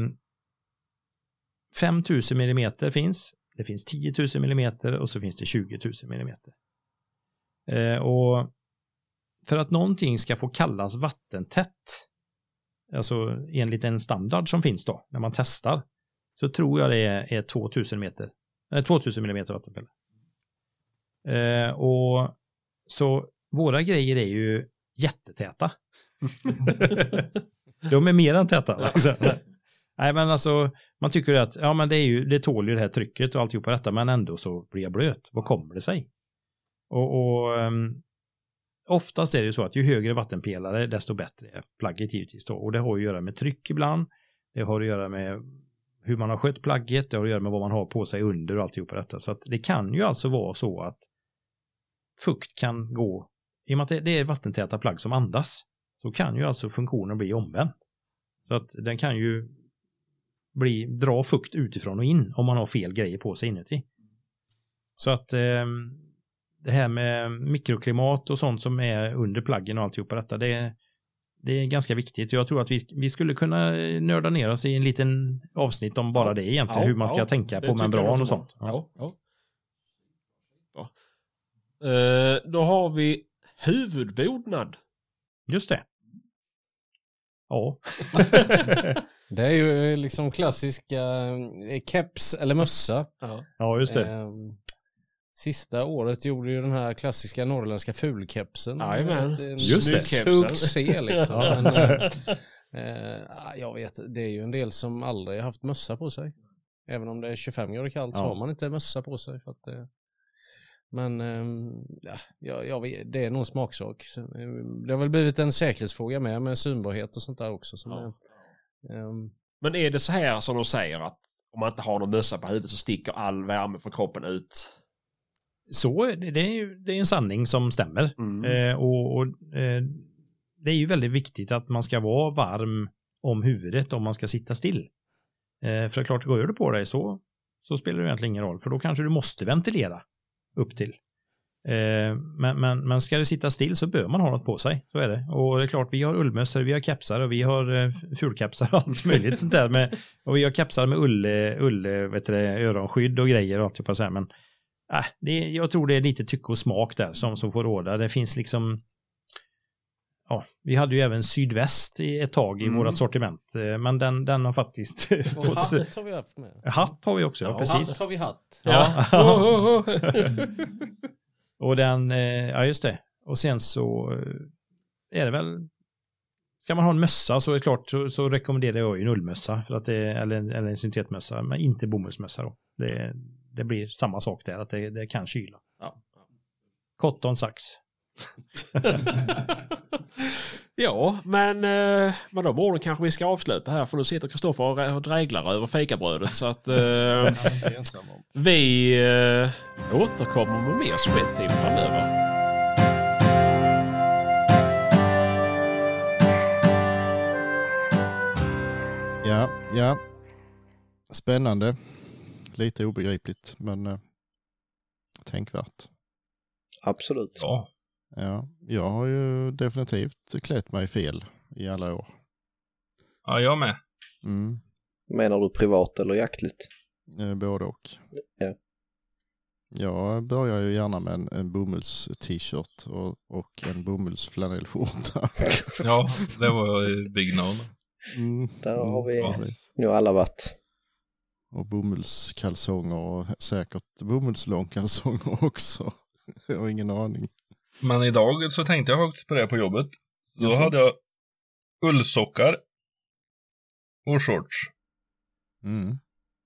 fem tusen millimeter finns, det finns tio tusen millimeter och så finns det tjugo tusen millimeter. Eh, och för att någonting ska få kallas vattentätt, alltså enligt en standard som finns då, när man testar, så tror jag det är, är tvåtusen meter, eller tvåtusen millimeter vattenpelare. Eh, och så våra grejer är ju jättetäta. De är mer än täta. Nej, men alltså, man tycker att ja, men det, är ju, det tål ju det här trycket och alltihop på detta, men ändå så blir jag blöt. Vad kommer det sig? Och, och um, oftast är det ju så att ju högre vattenpelare, desto bättre är plagget givetvis då. Och det har att göra med tryck ibland. Det har att göra med hur man har skött plagget. Det har att göra med vad man har på sig under och alltihop på detta. Så att det kan ju alltså vara så att fukt kan gå, i och med att det är vattentäta plagg som andas, så kan ju alltså funktionen bli omvänd. Så att den kan ju bli, dra fukt utifrån och in om man har fel grejer på sig inuti. Så att eh, det här med mikroklimat och sånt som är under plaggen och alltihop på detta, det, det är ganska viktigt. Jag tror att vi, vi skulle kunna nörda ner oss i en liten avsnitt om bara det egentligen, ja, hur man ska ja, tänka på membran och sånt. Ja, ja. Ja. Uh, då har vi huvudbodnad. Just det. Ja. Det är ju liksom klassiska keps eller mössa. Ja, ja just det. Eh, sista året gjorde ju den här klassiska norrländska fulkepsen. Jajamän. Just det. Succé liksom. Men, eh, jag vet, det är ju en del som aldrig har haft mössa på sig. Även om det är tjugofem grader kallt, ja, så har man inte mössa på sig. För att, eh, men ja, jag, jag vet, det är nog smaksak. Det har väl blivit en säkerhetsfråga med, med synbarhet och sånt där också. Som ja. är, um... Men är det så här som de säger att om man inte har någon mössa på huvudet så sticker all värme från kroppen ut? Så det är ju det är en sanning som stämmer. Mm. Eh, och och eh, det är ju väldigt viktigt att man ska vara varm om huvudet om man ska sitta still. Eh, för klart, går du på dig så, så spelar det egentligen ingen roll. För då kanske du måste ventilera upp till. Eh, men, men, men ska du sitta still så bör man ha något på sig. Så är det. Och det är klart, vi har ullmössor, vi har kepsar och vi har eh, fulkepsar och allt möjligt sånt där. Med, och vi har kepsar med ull, ull vet du, öronskydd och grejer och typ av så här. Men äh, det, jag tror det är lite tycke och smak där som, som får råda. Det finns liksom, ja, vi hade ju även sydväst i ett tag i mm. vårat sortiment. Men den, den har faktiskt och fått... hatt har vi haft med. Hatt har vi också, ja, ja precis. Hatt har vi hatt. Ja. Och den, ja just det. Och sen så är det väl, ska man ha en mössa så är det klart så, så rekommenderar jag en ullmössa för att det, eller, en, eller en syntetmössa, men inte bomullsmössa då. Det, det blir samma sak där, att det, det kan kyla. Ja. Cotton sax. Ja, men eh, med de orden kanske vi ska avsluta här, för nu sitter Kristoffer och dräglar över fikabrödet, så att eh, vi eh, återkommer med mer Sweateam framöver. Ja, ja. Spännande. Lite obegripligt, men eh, tänkvärt. Absolut. Ja. Ja, jag har ju definitivt klätt mig fel i alla år. Ja, jag med. Mm. Menar du privat eller jaktligt? Eh, både och. Ja. Jag börjar ju gärna med en, en bomulls-t-shirt och, och en bomullsflanellskjorta. Ja, det var big no. Mm. Där har vi ja. nu alla varit. Och bomullskalsonger och säkert bomullslångkalsonger också. Jag har ingen aning. Men idag så tänkte jag högt på det på jobbet. Då Jaså? hade jag ullsockar och shorts. Mm.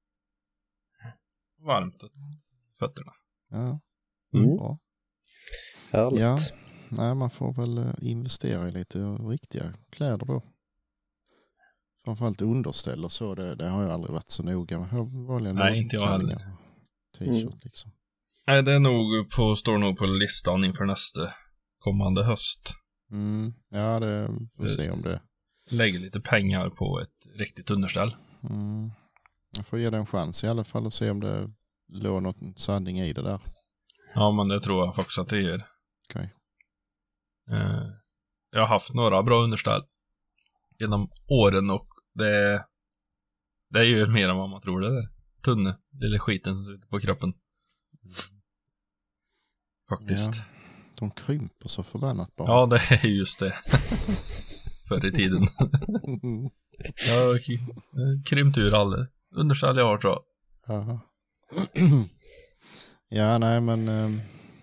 Varmt åt fötterna. Ja. Mm. Bra. Härligt. Ja. Nej, man får väl investera i lite riktiga kläder då. Framförallt underställ och så. Det, det har jag aldrig varit så noga med. Vanliga Nej, inte jag heller. T-shirt Mm. liksom. Nej, det är nog på, står nog på listan inför nästa kommande höst. Mm. Ja, det får vi se om det. Lägger lite pengar på ett riktigt underställ. Mm. Jag får ge det en chans i alla fall och se om det låg något sanning i det där. Ja, men det tror jag faktiskt att det gör. Okej. Eh, jag har haft några bra underställ genom åren och det, det är ju mer än vad man tror det är. Tunne, lilla skiten som sitter på kroppen. Faktiskt. Ja. De krymper så förbannat bara. Ja, det är just det. Förr i tiden. Jag har krympt ur alla underställ jag har, tror jag. Aha. Ja, nej men ähm,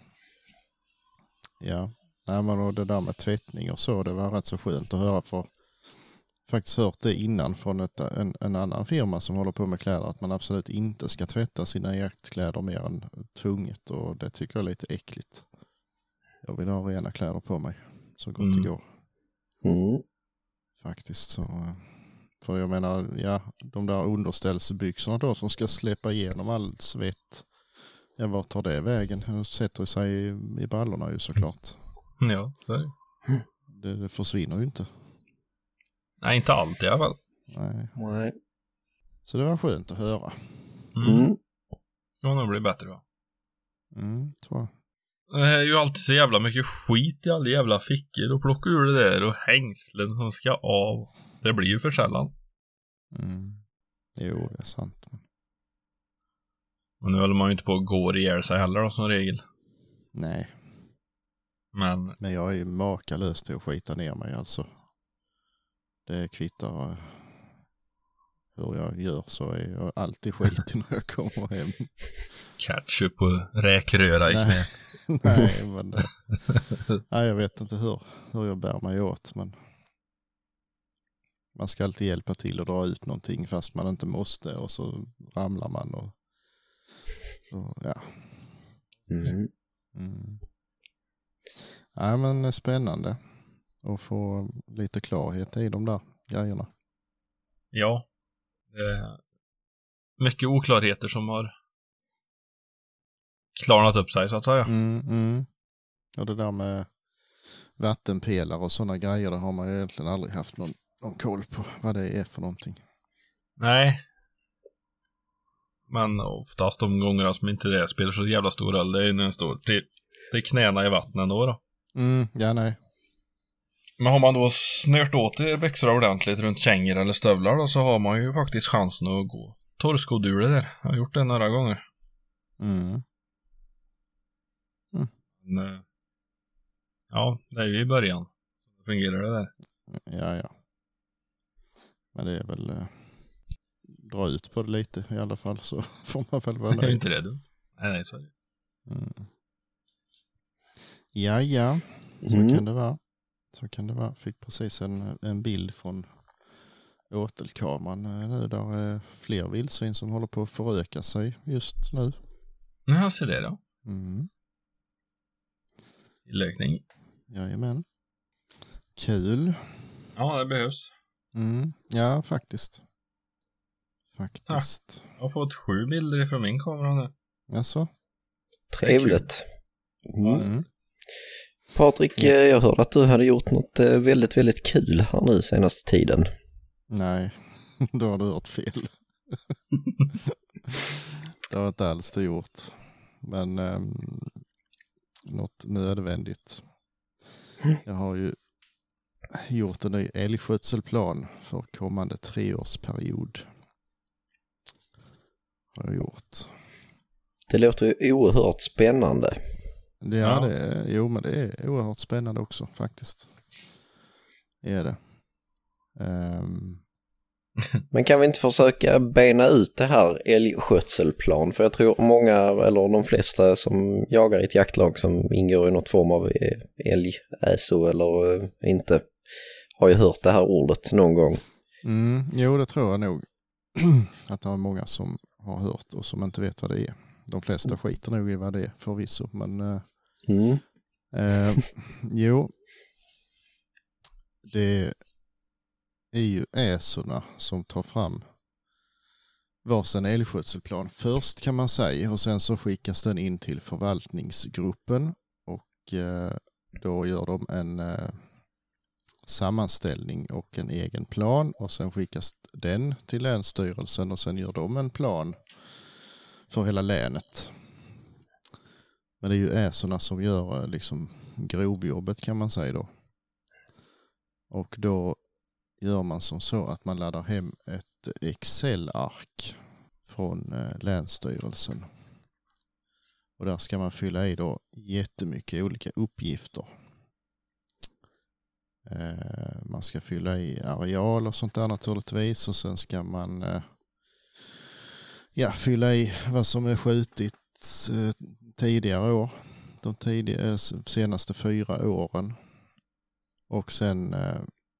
ja, nej men och det där med tvättning och så, det var rätt så skönt att höra, för faktiskt hört det innan från ett, en, en annan firma som håller på med kläder, att man absolut inte ska tvätta sina jaktkläder mer än tvunget, och det tycker jag är lite äckligt. Jag vill ha rena kläder på mig så gott Mm. det går. Mm. Faktiskt så. För jag menar, ja, de där underställsbyxorna då som ska släppa igenom all svett. Ja, vart tar det vägen? Det sätter sig i, i brallorna ju såklart. Ja, så är det. Det, det försvinner ju inte. Nej, inte allt i alla fall. Nej. Nej. Så det var skönt att höra. Mm. Mm. Ska nog bli bättre då. Mm, tror jag. Det är ju alltid så jävla mycket skit i alla jävla fickor och plocka ur det där och hängslen som ska av. Det blir ju för sällan. Mm. Jo, det är sant. Men nu håller man ju inte på att gå ihjäl sig heller då, som regel. Nej, Men men jag är ju makalös till att skita ner mig alltså. Det kvittar eh, hur jag gör, så är jag alltid skit när jag kommer hem. ketchup och räkröra i knä. Nej, men det, nej, jag vet inte hur, hur jag bär mig åt, men man ska alltid hjälpa till att dra ut någonting fast man inte måste, och så ramlar man och, och ja. Mm. Mm. Ja, men spännande att få lite klarhet i de där grejerna. Ja. Det är mycket oklarheter som har klarnat upp sig, så att säga. Mm, mm. Och det där med vattenpelare och sådana grejer, det har man ju egentligen aldrig haft någon, någon koll på vad det är för någonting. Nej. Men oftast de gångerna som inte det spelar så jävla stor roll, det är när den står till, till knäna i vattnet då då. Mm, ja, nej. Men har man då snört åt det växlar ordentligt runt kängor eller stövlar då, så har man ju faktiskt chansen att gå torrskodd ur det där. Jag har gjort det några gånger. Mm. Men, ja, det är ju i början. Så fungerar det där. Ja, ja. Men det är väl eh, dra ut på det lite i alla fall, så får man väl vara Jag är ju nöjd. inte rädd. Nej, nej, så är det. Mm. Ja, ja. Så Mm. kan det vara. Så kan det vara. Fick precis en, en bild från åtelkameran eh, nu, där är fler vildsvin som håller på att föröka sig just nu. Ja, så det då. Mm. Tillökning. Jajamän. Kul. Ja, det behövs. Mm. Ja, faktiskt. Faktiskt. Jag har fått sju bilder ifrån min kamera nu. Jaså? Trevligt. Mm. Mm. Patrik, eh, jag hörde att du hade gjort något eh, väldigt, väldigt kul här nu senaste tiden. Nej, då har du hört fel. Det har inte alls det gjort. Men um, något nödvändigt. Jag har ju gjort en ny älgskötselplan för kommande treårsperiod. Har jag gjort. Det låter ju oerhört spännande. Det, ja, Ja. det är, jo, men det är oerhört spännande också faktiskt. Är det. Um, Men kan vi inte försöka bena ut det här älgskötselplan? För jag tror många, eller de flesta som jagar i ett jaktlag som ingår i något form av älgäso eller eh, inte, har ju hört det här ordet någon gång. mm, jo, det tror jag nog. Att det är många som har hört och som inte vet vad det är. De flesta skiter nog i vad det är förvisso. Men eh, Mm. eh, jo, det är ju äsorna som tar fram varsin älgskötselplan först, kan man säga, och sen så skickas den in till förvaltningsgruppen, och eh, då gör de en eh, sammanställning och en egen plan, och sen skickas den till länsstyrelsen, och sen gör de en plan för hela länet. Men det är ju äsorna som gör eh, liksom grovjobbet, kan man säga då. Och då gör man som så att man laddar hem ett Excel-ark från eh, länsstyrelsen. Och Och där ska man fylla i då jättemycket olika uppgifter. Eh, man ska fylla i areal och sånt där naturligtvis. Och sen ska man eh, ja, fylla i vad som är skjutit eh, tidigare år. De tidigare, senaste fyra åren. Och sen eh,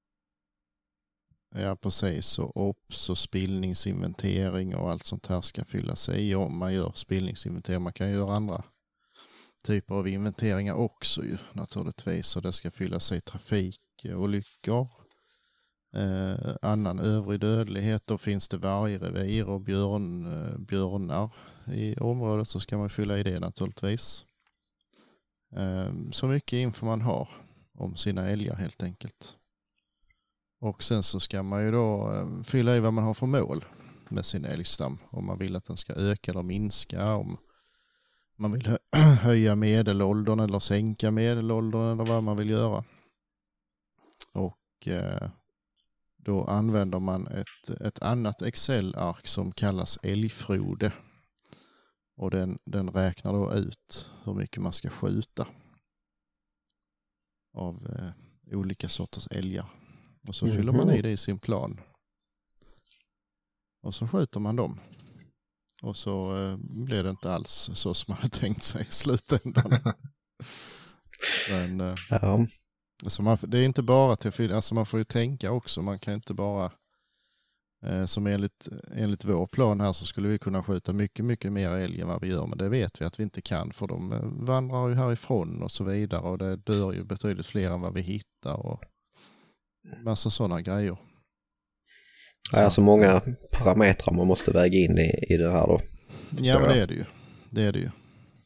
ja, precis, och ops och spillningsinventering och allt sånt här ska fyllas i om man gör spillningsinventering. Man kan göra andra typer av inventeringar också ju, naturligtvis. Och det ska fyllas i trafikolyckor, eh, annan övrig dödlighet. Då finns det vargrevir och björn, eh, björnar i området, så ska man fylla i det naturligtvis. Eh, så mycket info man har om sina älgar helt enkelt. Och sen så ska man ju då fylla i vad man har för mål med sin älgstam. Om man vill att den ska öka eller minska. Om man vill hö- höja medelåldern eller sänka medelåldern eller vad man vill göra. Och eh, då använder man ett, ett annat Excel-ark som kallas älgfrode. Och den, den räknar då ut hur mycket man ska skjuta av eh, olika sorters älgar. Och så mm-hmm. fyller man i det i sin plan. Och så skjuter man dem. Och så eh, blir det inte alls så som man hade tänkt sig i slutändan. Men eh, ja. alltså man, det är inte bara till att fylla, alltså man får ju tänka också. Man kan inte bara, eh, som enligt, enligt vår plan här, så skulle vi kunna skjuta mycket, mycket mer älg än vad vi gör. Men det vet vi att vi inte kan, för de eh, vandrar ju härifrån och så vidare. Och det dör ju betydligt fler än vad vi hittar och massa sådana grejer. Ja, alltså många parametrar man måste väga in i, i det här då. Ja, men det är det ju. Det är det ju.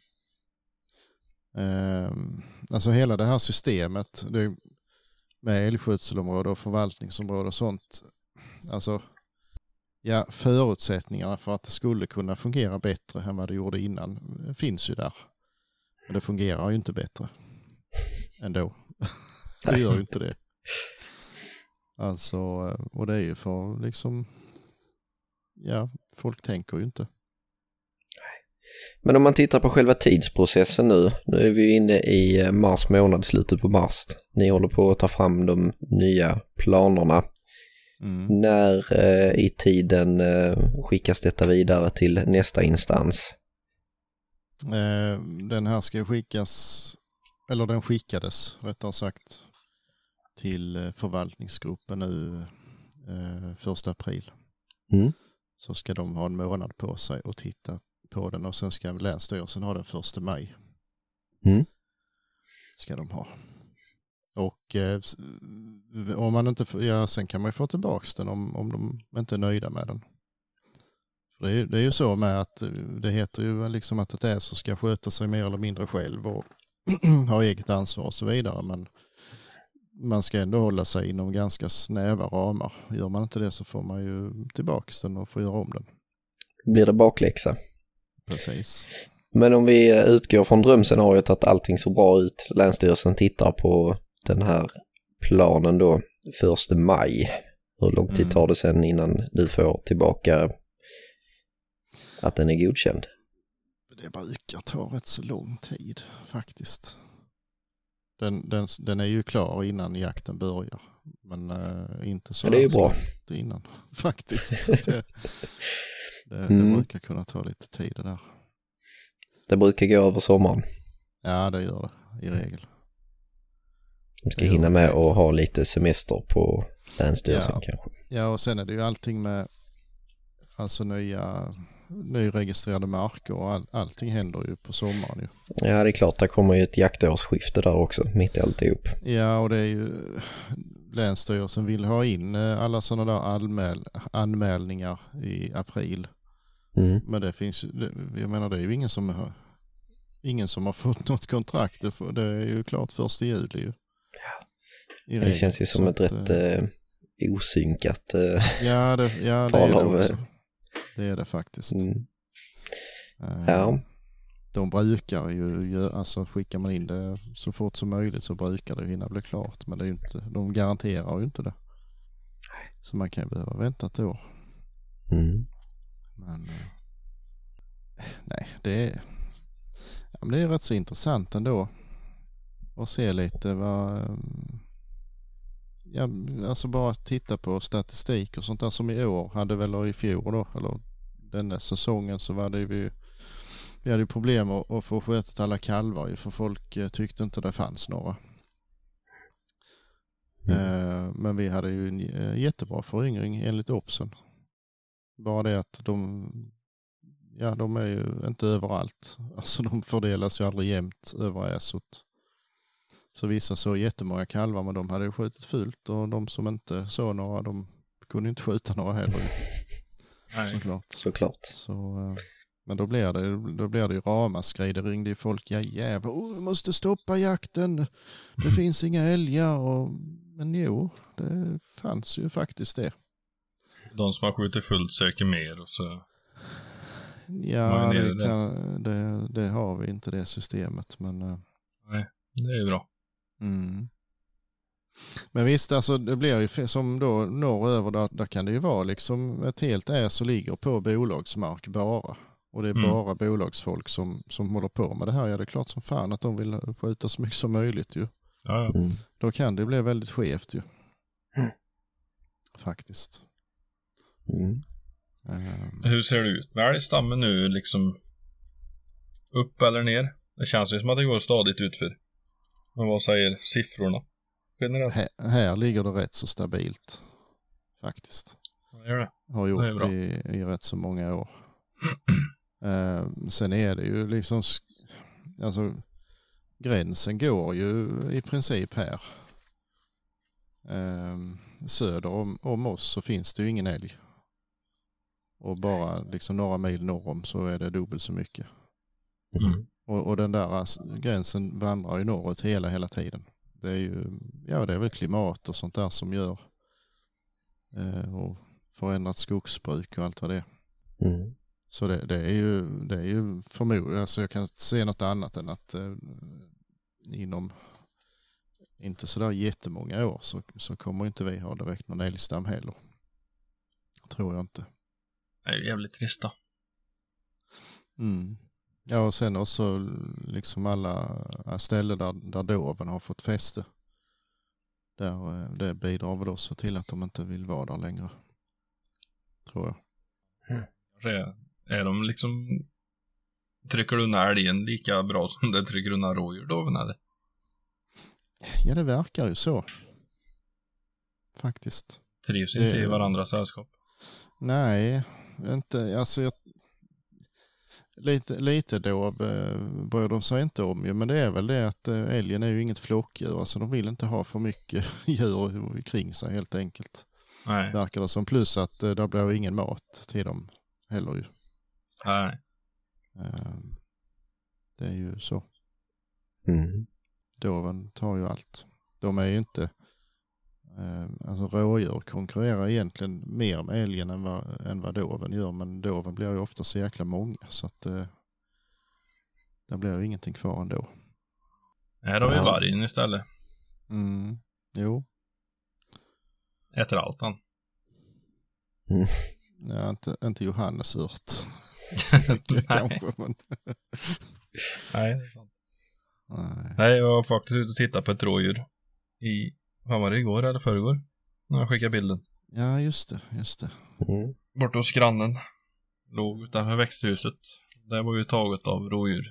Um, alltså hela det här systemet det, med älgskötselområde och förvaltningsområde och sånt. Alltså, ja, förutsättningarna för att det skulle kunna fungera bättre än vad det gjorde innan finns ju där. Men det fungerar ju inte bättre ändå. Det gör ju inte det. Alltså, och det är ju för liksom, ja, folk tänker ju inte. Men om man tittar på själva tidsprocessen nu, nu är vi inne i mars månad, slutet på mars. Ni håller på att ta fram de nya planerna. Mm. När eh, i tiden eh, skickas detta vidare till nästa instans? Eh, den här ska skickas, eller den skickades rättare sagt, till förvaltningsgruppen nu eh, första april. Mm. Så ska de ha en månad på sig och titta på den, och sen ska länsstyrelsen ha den första maj. Mm. Ska de ha. Och eh, om man inte, ja, sen kan man ju få tillbaka den om, om de inte är nöjda med den. För det är, det är ju så med att det heter ju liksom att ett äso ska sköta sig mer eller mindre själv och ha eget ansvar och så vidare, men man ska ändå hålla sig inom ganska snäva ramar. Gör man inte det så får man ju tillbaka den och får göra om den. Blir det bakläxa? Precis. Men om vi utgår från drömscenariot att allting så bra ut, Länsstyrelsen tittar på den här planen då första maj. Hur lång tid tar det sen innan du får tillbaka att den är godkänd? Det brukar ta rätt så lång tid faktiskt. Den, den, den är ju klar innan jakten börjar. Men äh, inte så. Ja, det är ju bra. Innan faktiskt. det, det, mm. det brukar kunna ta lite tid det där. Det brukar gå över sommaren. Ja, det gör det i regel. De ska hinna med att ha lite semester på Länsstyrelsen ja. kanske. Ja, och sen är det ju allting med alltså nya nyregistrerade marker och all, allting händer ju på sommaren ju. Ja, det är klart, det kommer ju ett jaktårsskifte där också, mitt i alltihop. Ja, och det är ju Länsstyrelsen vill ha in alla sådana där anmäl, anmälningar i april. Mm. Men det finns det, jag menar det är ju ingen som har ingen som har fått något kontrakt. Det, det är ju klart första juli ju. Ja. Det känns ju som ett att, rätt äh, osynkat äh, ja, det, ja, det är det också. Det är det faktiskt. Mm. Uh, ja. De brukar ju, alltså skickar man in det så fort som möjligt så brukar det hinna bli klart. Men det är ju inte, de garanterar ju inte det. Så man kan ju behöva vänta ett år. Mm. Men uh, nej, det är Ja, men det är rätt så intressant ändå att se lite vad... Ja, alltså bara titta på statistik och sånt där som i år hade väl och i fjol då, eller denna säsongen så var det ju, vi hade ju problem att, att få skötet alla kalvar ju, för folk tyckte inte det fanns några. Mm. Eh, men vi hade ju en jättebra föryngring enligt Opsen. Bara det att de, ja, de är ju inte överallt. Alltså de fördelas ju aldrig jämnt över äsot. Så vissa så jättemånga kalvar, men de hade ju skjutit fullt, och de som inte så några, de kunde inte skjuta några heller. Nej, såklart. såklart. Så, men då blev det, då blev det ju ramaskri. Det ringde ju folk, ja jävlar, oh, vi måste stoppa jakten. Det finns inga älgar. Och, men jo, det fanns ju faktiskt det. De som har skjutit fullt söker mer och så... Ja, det, kan, det, det har vi inte det systemet, men... Nej, det är ju bra. Mm. Men visst, alltså det blir ju som då norröver, där, där kan det ju vara liksom ett helt äs och ligger på bolagsmark bara. Och det är Mm. bara bolagsfolk som, som håller på med det här. Ja, det är klart som fan att de vill skjuta så mycket som möjligt ju. Ja, ja. Mm. Då kan det bli väldigt skevt ju. Mm. Faktiskt. Mm. Um, Hur ser det ut med älgstammen nu liksom? Upp eller ner? Det känns ju som att det går stadigt utför. Men vad säger siffrorna? Generellt? här, här ligger det rätt så stabilt. Faktiskt. Ja, gör det. Har Det är gjort bra. i, i rätt så många år. uh, sen är det ju liksom, alltså gränsen går ju i princip här. Uh, söder om, om oss så finns det ju ingen älg. Och bara liksom några mil norr om så är det dubbelt så mycket. Mm. Och, och den där gränsen vandrar ju norrut hela, hela tiden. Det är ju, ja det är väl klimat och sånt där som gör eh, och förändrat skogsbruk och allt vad det är. Mm. Så det, det är ju, det är ju förmodligen, alltså jag kan inte se något annat än att eh, inom inte sådär jättemånga år så, så kommer inte vi ha direkt någon älgstam heller. Tror jag inte. Det är ju jävligt trista. Mm. Ja, och sen också liksom alla ställen där, där doven har fått fäste. Där, det bidrar väl också till att de inte vill vara där längre. Tror jag. Mm. Är de liksom... Trycker du undan älgen lika bra som det trycker undan rådjur då, eller? Ja, det verkar ju så. Faktiskt. Trivs inte det, i varandras sällskap? Nej, inte. Alltså jag... Lite, lite dov eh, bryr de sig inte om ju, men det är väl det att eh, älgen är ju inget flockdjur, alltså de vill inte ha för mycket djur kring sig helt enkelt. Nej. Verkar det som, plus att eh, det blir ingen mat till dem heller ju. Nej. Eh, det är ju så. Mm. Doven tar ju allt. De är ju inte, eh, alltså rådjur konkurrerar egentligen mer med älgen än vad, än vad doven gör, men doven blir ju ofta så jäkla många så att eh, det blir ju ingenting kvar ändå. Här har vi Ja. vargen istället. Mm, jo. Äter allt han. Mm. Ja, inte, inte Johannes ört. Så mycket kanske, men... Nej, det är sant. Nej. Nej, jag var faktiskt ute och tittade på ett rådjur i, vad var det, igår eller förrgår? När jag skickade bilden. Ja, just det, just det. Mm. Bort hos grannen. Låg utanför växthuset. Det var ju taget av rådjur.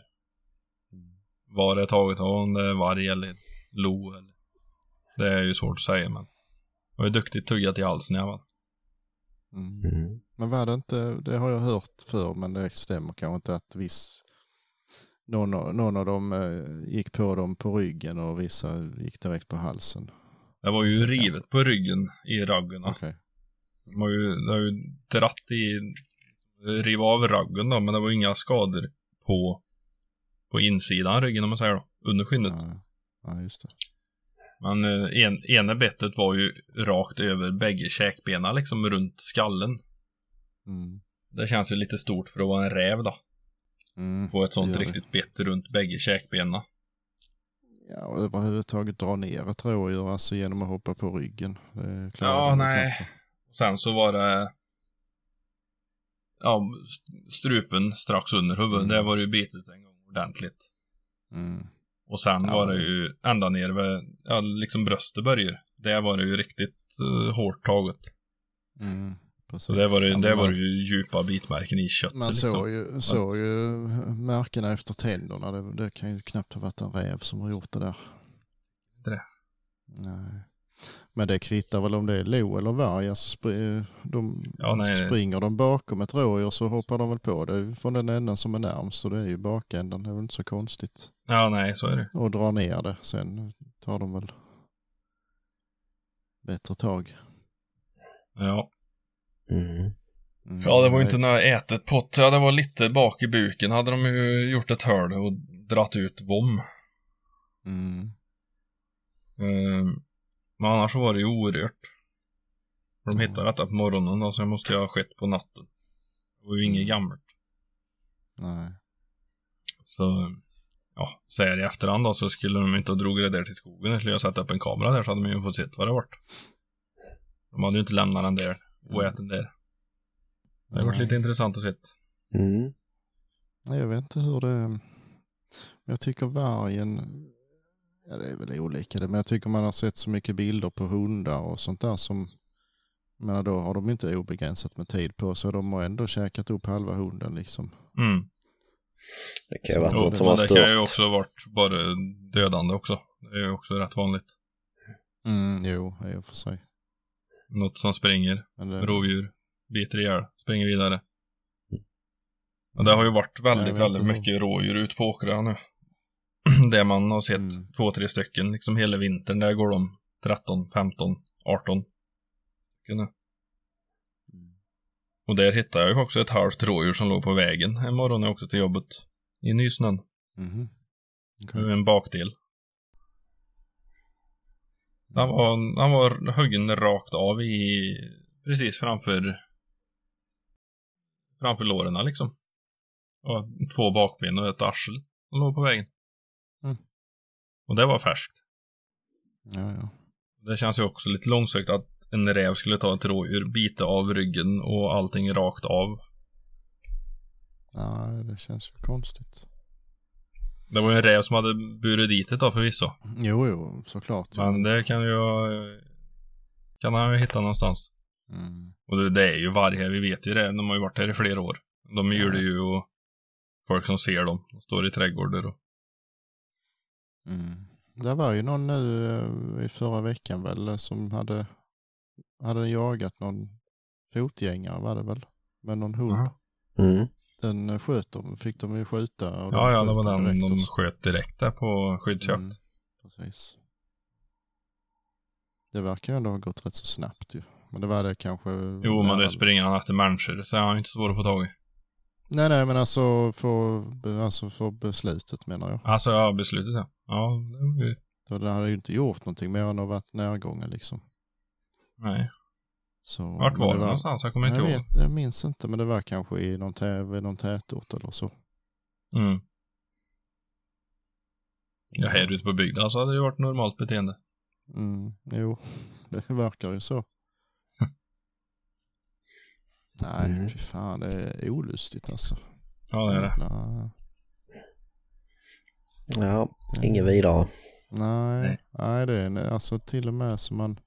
Var det taget av, om det är varg eller lo eller... Det är ju svårt att säga, men... Jag är duktigt tuggat i halsen i alla fall. Mm. Mm. Men var det inte, det har jag hört för, men det stämmer kanske inte att viss... Någon, någon av dem eh, gick på dem på ryggen och vissa gick direkt på halsen. Det var ju rivet på ryggen i raggen. Okej. De har ju, de har ju dratt i... Riva av raggen då, men det var inga skador på... På insidan av ryggen om man säger då. Under skinnet. Ja, ja, just det. Men eh, en, ena bettet var ju rakt över bägge käkbena liksom runt skallen. Mm. Det känns ju lite stort för att vara en räv då. Mm. Få ett sånt det gör riktigt bett runt bägge käkbena. Ja, och överhuvudtaget dra ner ett rådjur alltså genom att hoppa på ryggen. Det klarar Ja, de nej. knappt. Sen så var det... Ja, st- strupen strax under huvudet. Mm. Det var ju bitet en gång ordentligt. Mm. Och sen Ja, var men- det ju ända ner vid, ja, liksom bröstet börjar. Där var det ju riktigt uh, hårt taget. Mm. Precis. Så där var det, Ja, men där var man- det ju djupa bitmärken i köttet. Man liksom. såg ju, såg ju märkena efter tänderna. Det, det kan ju knappt ha varit en räv som har gjort det där. Det. Nej. Men det kvittar väl om det är lo eller varg. Alltså spr- de, Ja, nej. alltså springer de bakom ett rådjur så hoppar de väl på det från den änden som är närmst. Och det är ju bakändan. Det är väl inte så konstigt. Ja, nej, så är det. Och dra ner det. Sen tar de väl bättre tag. Ja. Mm. Mm, Ja, det var ju nej. inte några ätet pott. Ja, det var lite bak i buken. Hade de ju gjort ett hål och dratt ut vom. Mm. Um, men annars var det ju orört. För de hittade detta på morgonen då, så det måste ju ha skett på natten. Det var ju inget gammalt. Nej. Så, ja, så här i efterhand då, så skulle de inte ha dragit det där till skogen. Jag skulle ha satt upp en kamera där så hade man ju fått se vad det vart. De hade ju inte lämnat den där och ätit den där. Det har varit Nej. lite intressant att se. Mm. Nej, jag vet inte hur det... Jag tycker vargen... Ja, det är väl olika det, men jag tycker man har sett så mycket bilder på hundar och sånt där som... Jag menar, då har de inte obegränsat med tid på så de har ändå käkat upp halva hunden liksom. Mm. Det kan ju ha varit Jo, något som Men har det kan ju stört. också ha varit bara dödande också. Det är ju också rätt vanligt. Mm, jo, i och för sig. Något som springer, Men det, rovdjur, biter ihjäl, springer vidare. Och det har ju varit Jag väldigt, vet väldigt inte. mycket rådjur ut på åkrar nu. Där man har sett Mm. två, tre stycken liksom hela vintern. Där går de tretton, femton, arton. Nu. Och där hittade jag ju också ett halvt rådjur som låg på vägen en morgon när jag åkte till jobbet. I nysnön. Mhm. Okej. En bakdel. Han var, han var huggen rakt av i precis framför framför lårena liksom. Och två bakben och ett arsel som låg på vägen. Mm. Och det var färskt. Ja, ja. Det känns ju också lite långsökt att en räv skulle ta ett rådjur, bita av ryggen och allting rakt av. Ja, det känns ju konstigt. Det var ju en räv som hade burit dit det då förvisso. Jo, jo, såklart. Men det kan ju kan han ju hitta någonstans. Mm. Och det, det är ju varje, vi vet ju det, de har ju varit här i flera år. De gör det ju och folk som ser dem, de står i trädgårdar och... Mm. Det var ju någon nu eh, i förra veckan väl som hade, hade jagat någon fotgängare var det väl? Med någon hund. Aha. Mm. Den eh, sköt de, fick de ju skjuta. Och Ja, de ja, det sköt var den direkt de och så. sköt direkt där på skyddsjakt. Mm, precis. Det verkar ju ändå ha gått rätt så snabbt ju. Men det var det kanske... Jo, men nära- det springer han efter människor, så är han inte svår att få tag i. Nej, nej, men alltså för, alltså för beslutet menar jag. Alltså, ja, beslutet ja. Ja, det var ju... För den hade ju inte gjort någonting mer än att ha varit närgången liksom. Nej. Så, Vart men var det det någonstans? Jag kommer inte jag, ihåg. vet, jag minns inte, men det var kanske i någon, tä, vid någon tätort eller så. Mm. Ja, här ute på bygden så hade det ju varit normalt beteende. Mm, jo, det verkar ju så. Nej, Mm. fy fan, det är olustigt alltså. Ja, det är det. Jävla- Ja, inget vidare. Nej, Nej. nej, det är alltså till och med som man...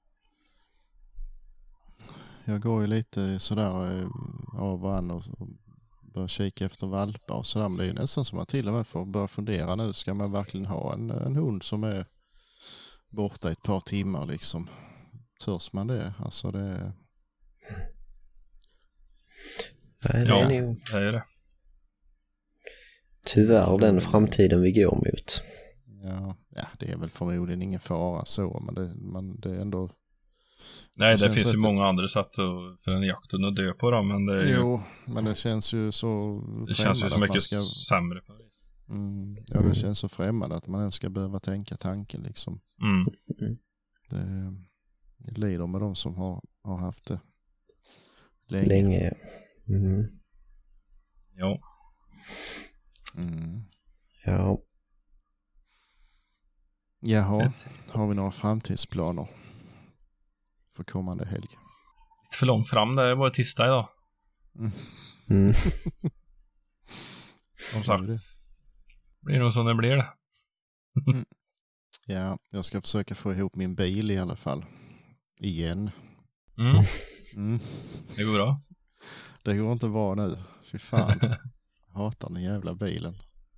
Jag går ju lite sådär eh, av och an och och börjar kika efter valpar och sådär. Men det är ju nästan som man till och med får börja fundera nu. Ska man verkligen ha en, en hund som är borta i ett par timmar liksom? Törs man det? Alltså det är... Nej, det Ja. är nog Det är det. tyvärr den framtiden vi går mot. Ja, ja, det är väl förmodligen ingen fara så, men det, man, det är ändå... Nej, Det det känns finns ju rätt- många andra sätt att- för en jakthund att dö på dem, men det, är ju, Jo, men det känns ju så det känns ju främmande så att man mycket ska... sämre. Mm, ja, det känns så främmande att man ens ska behöva tänka tanken liksom. Mm. Det, det lider med de som har, har haft det länge. Länge. Mm. Ja. Mm. Ja. Jaha, har vi några framtidsplaner för kommande helg? Lite för långt fram, det var tisdag idag. Mm. Som sagt. Det. Det blir nog som det blir det. Mm. Ja, jag ska försöka få ihop min bil i alla fall. Igen. Mm. Mm. Det går bra. Det går inte bra nu. Fy fan. Jag hatar den jävla bilen.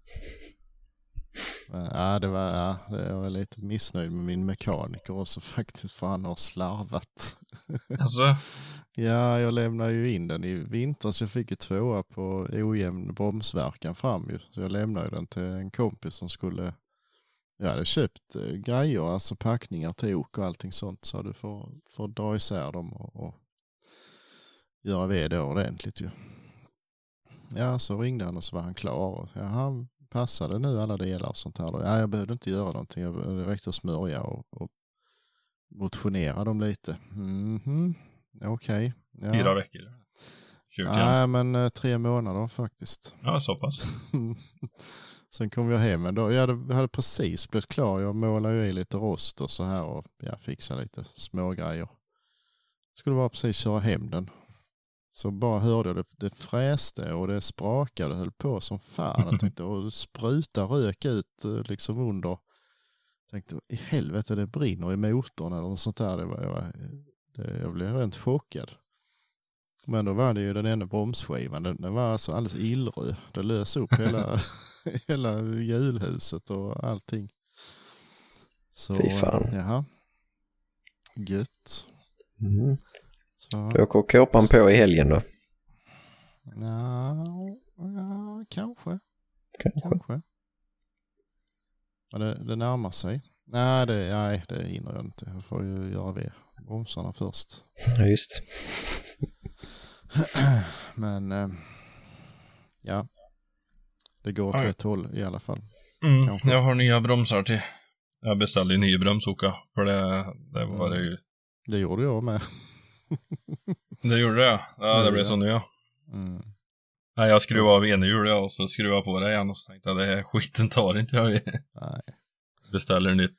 Men, ja, det var, ja, jag var lite missnöjd med min mekaniker också faktiskt, för han har slarvat. Alltså, Ja, jag lämnade ju in den i vintras. Jag fick ju tvåa på ojämn bromsverkan fram ju. Så jag lämnade den till en kompis som skulle, jag hade köpt eh, grejer, alltså packningar till ok och allting sånt. Så du får, får dra isär dem och, och göra ved det ordentligt ju. Ja, så ringde han och så var han klar. Och, ja, han passade nu alla delar och sånt här. Då. Ja, jag behövde inte göra någonting. Jag räckte att smörja och, och motionera dem lite. Mhm. Okej. Okay. Ja. fyra veckor. Nej, men eh, tre månader faktiskt. Ja, så pass. Sen kom jag hem en dag. Jag hade, hade precis blivit klar. Jag målade ju i lite rost och så här och jag fixade lite små grejer. Skulle bara precis köra hem den. Så bara hörde jag det, det fräste och det sprakade och höll på som fan. Jag tänkte, och det sprutar rök ut liksom under. Jag tänkte, i helvete det brinner i motorn eller något sånt där. Det var, jag, var, det, jag blev rent chockad. Men då var det ju den enda bromsskivan. Den, den var alltså alldeles illröd. Det lös upp hela, hela hjulhuset och allting. Så, Fy fan. Jaha. Gött. Mm. Så. Du åker kåpan på i helgen då? Ja, ja kanske. Kanske. Kanske. Men det, det närmar sig. Nej det, nej, det hinner jag inte. Jag får ju göra ved. Bromsarna först. Ja, just. Men eh, ja, det går åt Oj. rätt håll i alla fall. Mm, Kanske. jag har nya bromsar till. Jag beställde ju nya bromsoka. För det, det var det ju. Det gjorde jag med. Det gjorde jag. Ja, det Ja, blev ja. så nu ja. Mm. Nej, jag skruvade av ena hjulet och så skruvade jag på det igen och så tänkte jag det här skiten tar inte jag. Nej. Beställer nytt.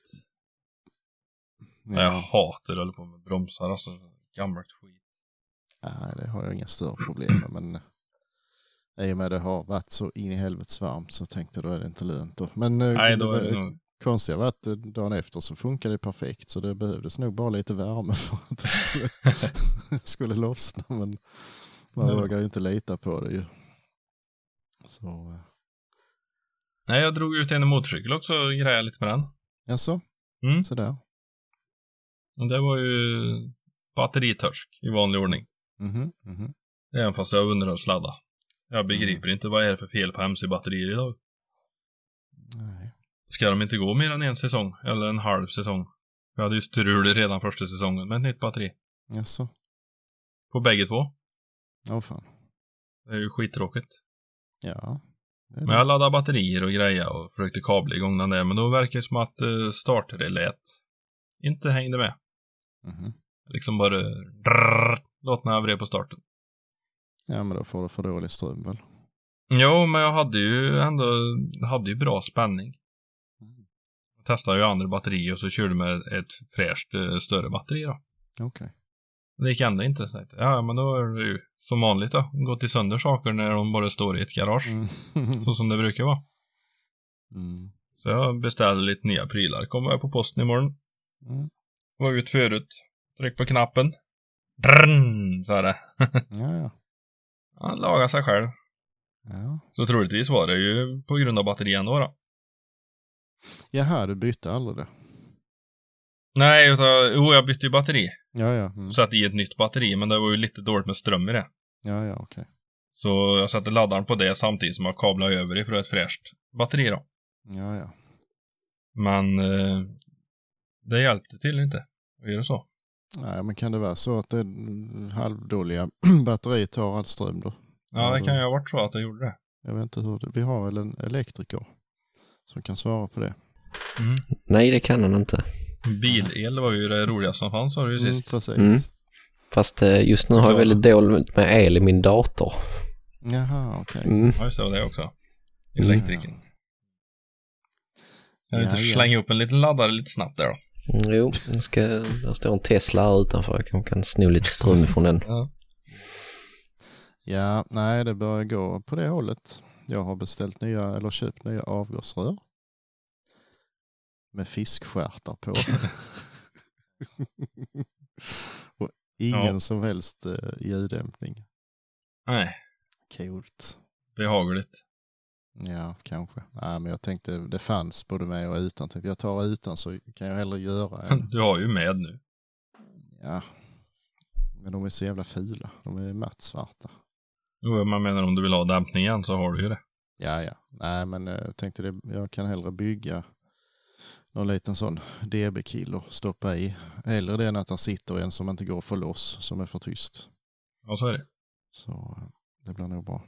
Ja. Jag hatar att hålla på med bromsar, alltså gammalt skit. Nej, det har jag inga större problem med. Men i och med det har varit så in i helvetes varmt så tänkte jag då är det inte lönt. Då. Men eh, Nej, då är det det nog. konstiga var att eh, dagen efter så funkade det perfekt. Så det behövdes nog bara lite värme för att det skulle, skulle lossna. Men man Ja. vågar ju inte lita på det ju. Så, eh. Nej, jag drog ut en motorcykel också och grejade lite med den. Jaså? Mm. Sådär. Och det var ju batteritörsk i vanlig ordning. Mhm, mhm. Även fast jag undrar att sladda. Jag begriper Mm. inte vad är det för fel på M C-batterier idag. Nej. Ska de inte gå mer än en säsong? Eller en halv säsong? Jag hade ju strul redan första säsongen med ett nytt batteri. Jaså? På bägge två. Åh fan. Det är ju skittråkigt. Ja. Det är Men jag laddade batterier och grejer och försökte kabla igång den där. Men då verkar det som att uh, startrelät inte hängde med. Mhm. Liksom bara drrrr, låt när jag vred på starten. Ja, men då får du för dålig ström väl? Jo, men jag hade ju ändå hade ju bra spänning. Mm. Jag testade ju andra batterier och så körde med ett fräscht uh, större batteri då. Okej. Det gick ändå inte. Så ja, men då är det ju som vanligt då. Gått i sönder saker när de bara står i ett garage. Mm. Så som det brukar vara. Mm. Så jag beställde lite nya prylar. Kommer jag på posten imorgon. Mm. Var ut förut. Tryck på knappen. Drrrn, så är det. Ja, ja. Han lagar sig själv. Ja. Så troligtvis var det ju på grund av batterien då. då. Jaha, du bytte aldrig det? Nej, utan, jo, jag bytte ju batteri. Ja, ja. Mm. Satt i ett nytt batteri, men det var ju lite dåligt med ström i det. Ja, ja, okej. Så jag satte laddaren på det samtidigt som jag kablade över ifrån ett fräscht batteri då. Ja, ja. Men eh, det hjälpte till inte. Är det så? Nej, men kan det vara så att det halvdåliga batteriet tar all ström då? Ja, det då, kan ju ha varit så att det gjorde det. Jag vet inte hur det... Vi har väl en elektriker som kan svara på det. Mm. Nej, det kan han inte. Bilel var ju det roligaste som fanns, sa du ju Mm, sist. precis. Mm. Fast eh, just nu har jag Ja. väldigt dåligt med el i min dator. Jaha, okej. Mm. Ja, just det, och det också. Elektriken. Jag vill Ja, inte ja. slänga upp en liten laddare lite snabbt där då. Mm, jo, jag ska, där står en Tesla här utanför. Jag kanske kan sno lite ström ifrån den. Ja. Ja, nej, det börjar gå på det hållet. Jag har beställt nya, eller köpt nya avgasrör. med fiskskärtar på. Och ingen Ja. som helst uh, ljuddämpning. Nej, Coolt. behagligt. Ja, kanske. Nej, men jag tänkte det fanns både med och utan. Tänkte jag tar utan så kan jag hellre göra en. Du har ju med nu. Ja. Men de är så jävla fula. De är mattsvarta. Jo, man menar om du vill ha dämpningen så har du ju det. Ja, ja. Nej, men jag tänkte det, jag kan hellre bygga någon liten sån D B-kill och stoppa i. Eller det än att det sitter en som inte går för loss, som är för tyst. Ja, så är det. Så det blir nog bra.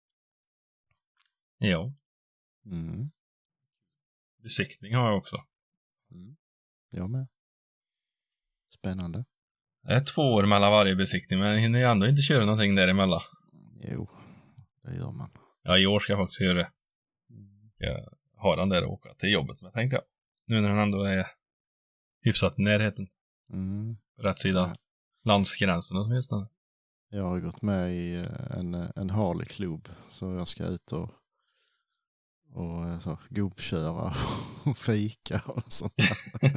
Ja. Mm. Besiktning har jag också. Mm. Jag med. Spännande. Det är två år mellan varje besiktning, men jag hinner ju ändå inte köra någonting däremellan. Jo, det gör man. Ja, i år ska jag faktiskt göra det. Jag har den där att åka till jobbet med, tänkte jag. Nu när den ändå är hyfsat i närheten. Mm. Rätt sida Ja. landsgränsen åtminstone. Jag har gått med i en, en Harley-klubb, så jag ska ut och, och så, gubbköra och fika och sånt där.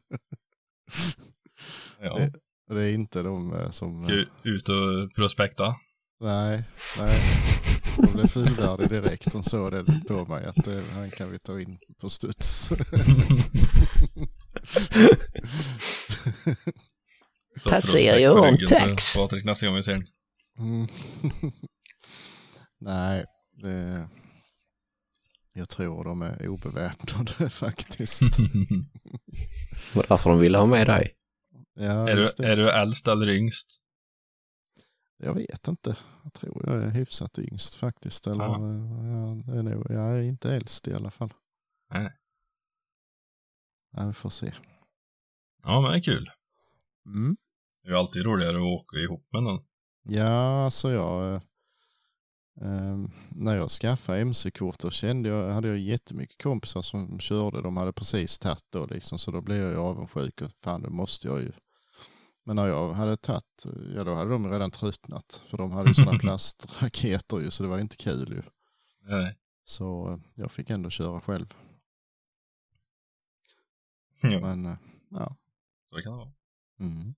Ja. det, det är inte de som... Ska ut och prospekta. Nej, nej. Jag blev fullvärdig direkt. De såg det på mig att det, han kan vi ta in på studs. Passerar ju om tax. Patrik nästa gång vi ser den. Mm. Nej, det, jag tror de är obeväpnade faktiskt. Och därför de ville ha med dig. Ja, är, just du, det. är du äldst eller yngst? Jag vet inte. Jag tror jag är hyfsat yngst faktiskt. Eller Ja. jag, är nog, jag är inte äldst i alla fall. Nej. Ja, vi får se. Ja, men det är kul. Mm. Det är ju alltid roligare att åka ihop med någon. Ja, alltså jag... Eh, när jag skaffade M C-kort då kände jag, hade jag jättemycket kompisar som körde. De hade precis tagit då liksom. Så då blev jag ju avundsjuk. Och fan, det måste jag ju. Men när jag hade tagit, ja då hade de redan tröttnat. För de hade ju sådana plastraketer ju, så det var inte kul ju. Nej. Så jag fick ändå köra själv. Ja, Men ja. så kan det vara. Mm.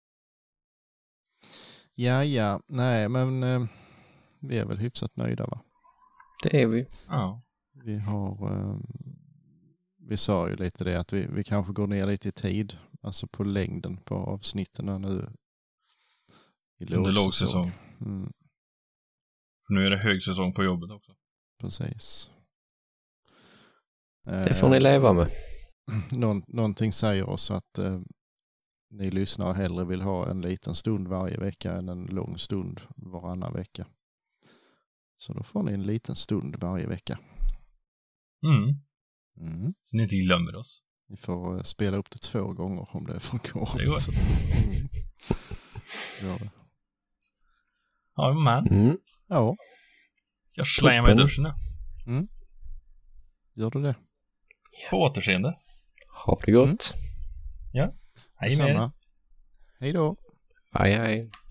Ja, ja. Nej, men eh, vi är väl hyfsat nöjda, va? Det är vi. Ja. Vi har, eh, vi sa ju lite det att vi, vi kanske går ner lite i tid. Alltså på längden på avsnitten nu. I Under lågsäsong. Mm, För nu är det högsäsong på jobbet också. precis. Det får ni leva med. Någon, någonting säger oss att eh, ni lyssnare hellre vill ha en liten stund varje vecka än en lång stund varannan vecka. Så då får ni en liten stund varje vecka. Mm. Mm. Så ni inte glömmer oss. Ni får eh, spela upp det två gånger om det är för kort. Det går. Mm. Gör det. Ja, men. Mm. Ja, Jag slänger mig i Toppen. duschen nu. gör du det? På återseende. Ha det gott. Hej med er. Detsamma. Hej då. Hej hej.